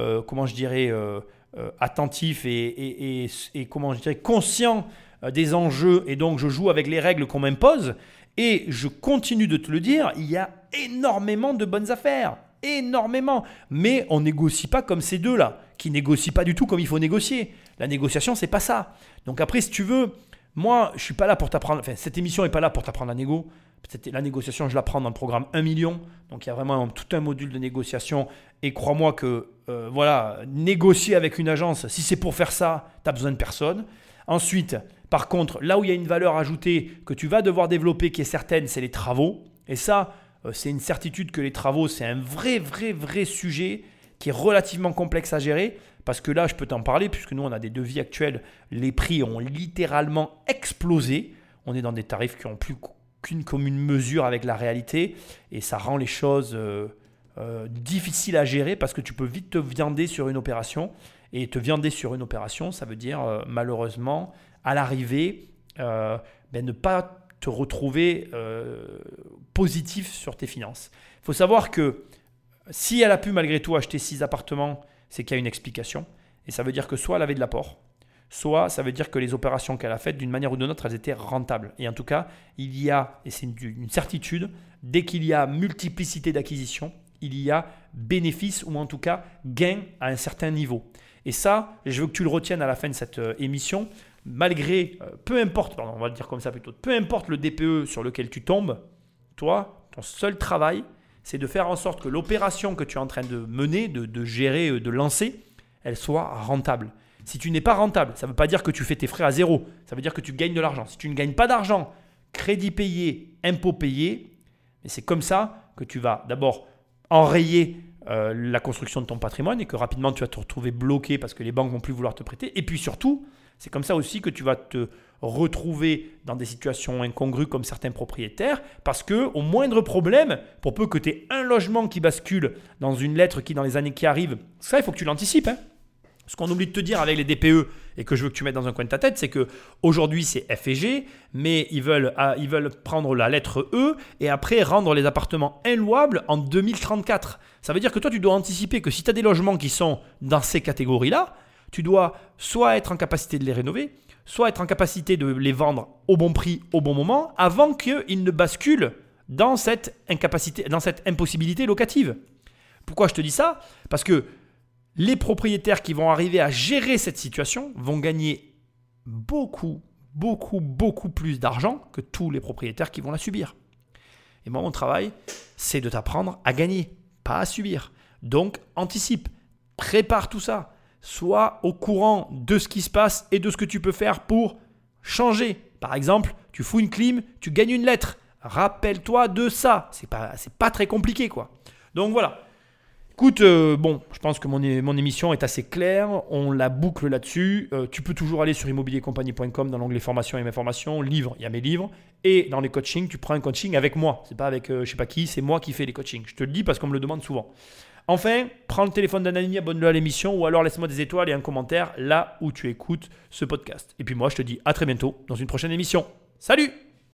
attentif et comment je dirais, conscient des enjeux. Et donc, je joue avec les règles qu'on m'impose. Et je continue de te le dire, il y a énormément de bonnes affaires. Énormément. Mais on négocie pas comme ces deux-là, qui négocient pas du tout comme il faut négocier. La négociation, c'est pas ça. Donc après, si tu veux, moi, je suis pas là pour t'apprendre. Enfin, cette émission n'est pas là pour t'apprendre la négo. La négociation, je la prends dans le programme 1 million. Donc, il y a vraiment tout un module de négociation. Et crois-moi que, négocier avec une agence, si c'est pour faire ça, tu n'as besoin de personne. Ensuite, par contre, là où il y a une valeur ajoutée que tu vas devoir développer qui est certaine, c'est les travaux. Et ça, c'est une certitude que les travaux, c'est un vrai sujet qui est relativement complexe à gérer. Parce que là, je peux t'en parler, puisque nous, on a des devis actuels. Les prix ont littéralement explosé. On est dans des tarifs qui n'ont plus qu'une commune mesure avec la réalité. Et ça rend les choses difficiles à gérer parce que tu peux vite te viander sur une opération. Et te viander sur une opération, ça veut dire malheureusement, à l'arrivée, ne pas te retrouver positif sur tes finances. Il faut savoir que si elle a pu malgré tout acheter 6 appartements, c'est qu'il y a une explication. Et ça veut dire que soit elle avait de l'apport, soit ça veut dire que les opérations qu'elle a faites, d'une manière ou d'une autre, elles étaient rentables. Et en tout cas, il y a, et c'est une certitude, dès qu'il y a multiplicité d'acquisitions, il y a bénéfice ou en tout cas gain à un certain niveau. Et ça, je veux que tu le retiennes à la fin de cette émission, malgré, peu importe, on va le dire comme ça plutôt, peu importe le DPE sur lequel tu tombes, toi, ton seul travail, c'est de faire en sorte que l'opération que tu es en train de mener, de gérer, de lancer, elle soit rentable. Si tu n'es pas rentable, ça ne veut pas dire que tu fais tes frais à zéro. Ça veut dire que tu gagnes de l'argent. Si tu ne gagnes pas d'argent, crédit payé, impôt payé, et c'est comme ça que tu vas d'abord enrayer la construction de ton patrimoine et que rapidement tu vas te retrouver bloqué parce que les banques ne vont plus vouloir te prêter. Et puis surtout, c'est comme ça aussi que tu vas te retrouver dans des situations incongrues comme certains propriétaires parce qu'au moindre problème, pour peu que tu aies un logement qui bascule dans une lettre qui dans les années qui arrivent, ça il faut que tu l'anticipes. Hein. Ce qu'on oublie de te dire avec les DPE et que je veux que tu mettes dans un coin de ta tête, c'est qu'aujourd'hui c'est F et G, mais ils veulent prendre la lettre E et après rendre les appartements inlouables en 2034. Ça veut dire que toi tu dois anticiper que si tu as des logements qui sont dans ces catégories-là, tu dois soit être en capacité de les rénover, soit être en capacité de les vendre au bon prix, au bon moment, avant qu'ils ne basculent dans cette impossibilité locative. Pourquoi je te dis ça? Parce que les propriétaires qui vont arriver à gérer cette situation vont gagner beaucoup plus d'argent que tous les propriétaires qui vont la subir. Et moi, mon travail, c'est de t'apprendre à gagner, pas à subir. Donc, anticipe, prépare tout ça. Sois au courant de ce qui se passe et de ce que tu peux faire pour changer. Par exemple, tu fous une clim, tu gagnes une lettre. Rappelle-toi de ça. C'est pas très compliqué, quoi. Donc voilà. Écoute, je pense que mon émission est assez claire. On la boucle là-dessus. Tu peux toujours aller sur immobiliercompagnie.com dans l'onglet formation et mes formations. Livres, il y a mes livres. Et dans les coachings, tu prends un coaching avec moi. C'est pas avec je sais pas qui, c'est moi qui fais les coachings. Je te le dis parce qu'on me le demande souvent. Enfin, prends le téléphone d'un ami, abonne-le à l'émission ou alors laisse-moi des étoiles et un commentaire là où tu écoutes ce podcast. Et puis moi, je te dis à très bientôt dans une prochaine émission. Salut!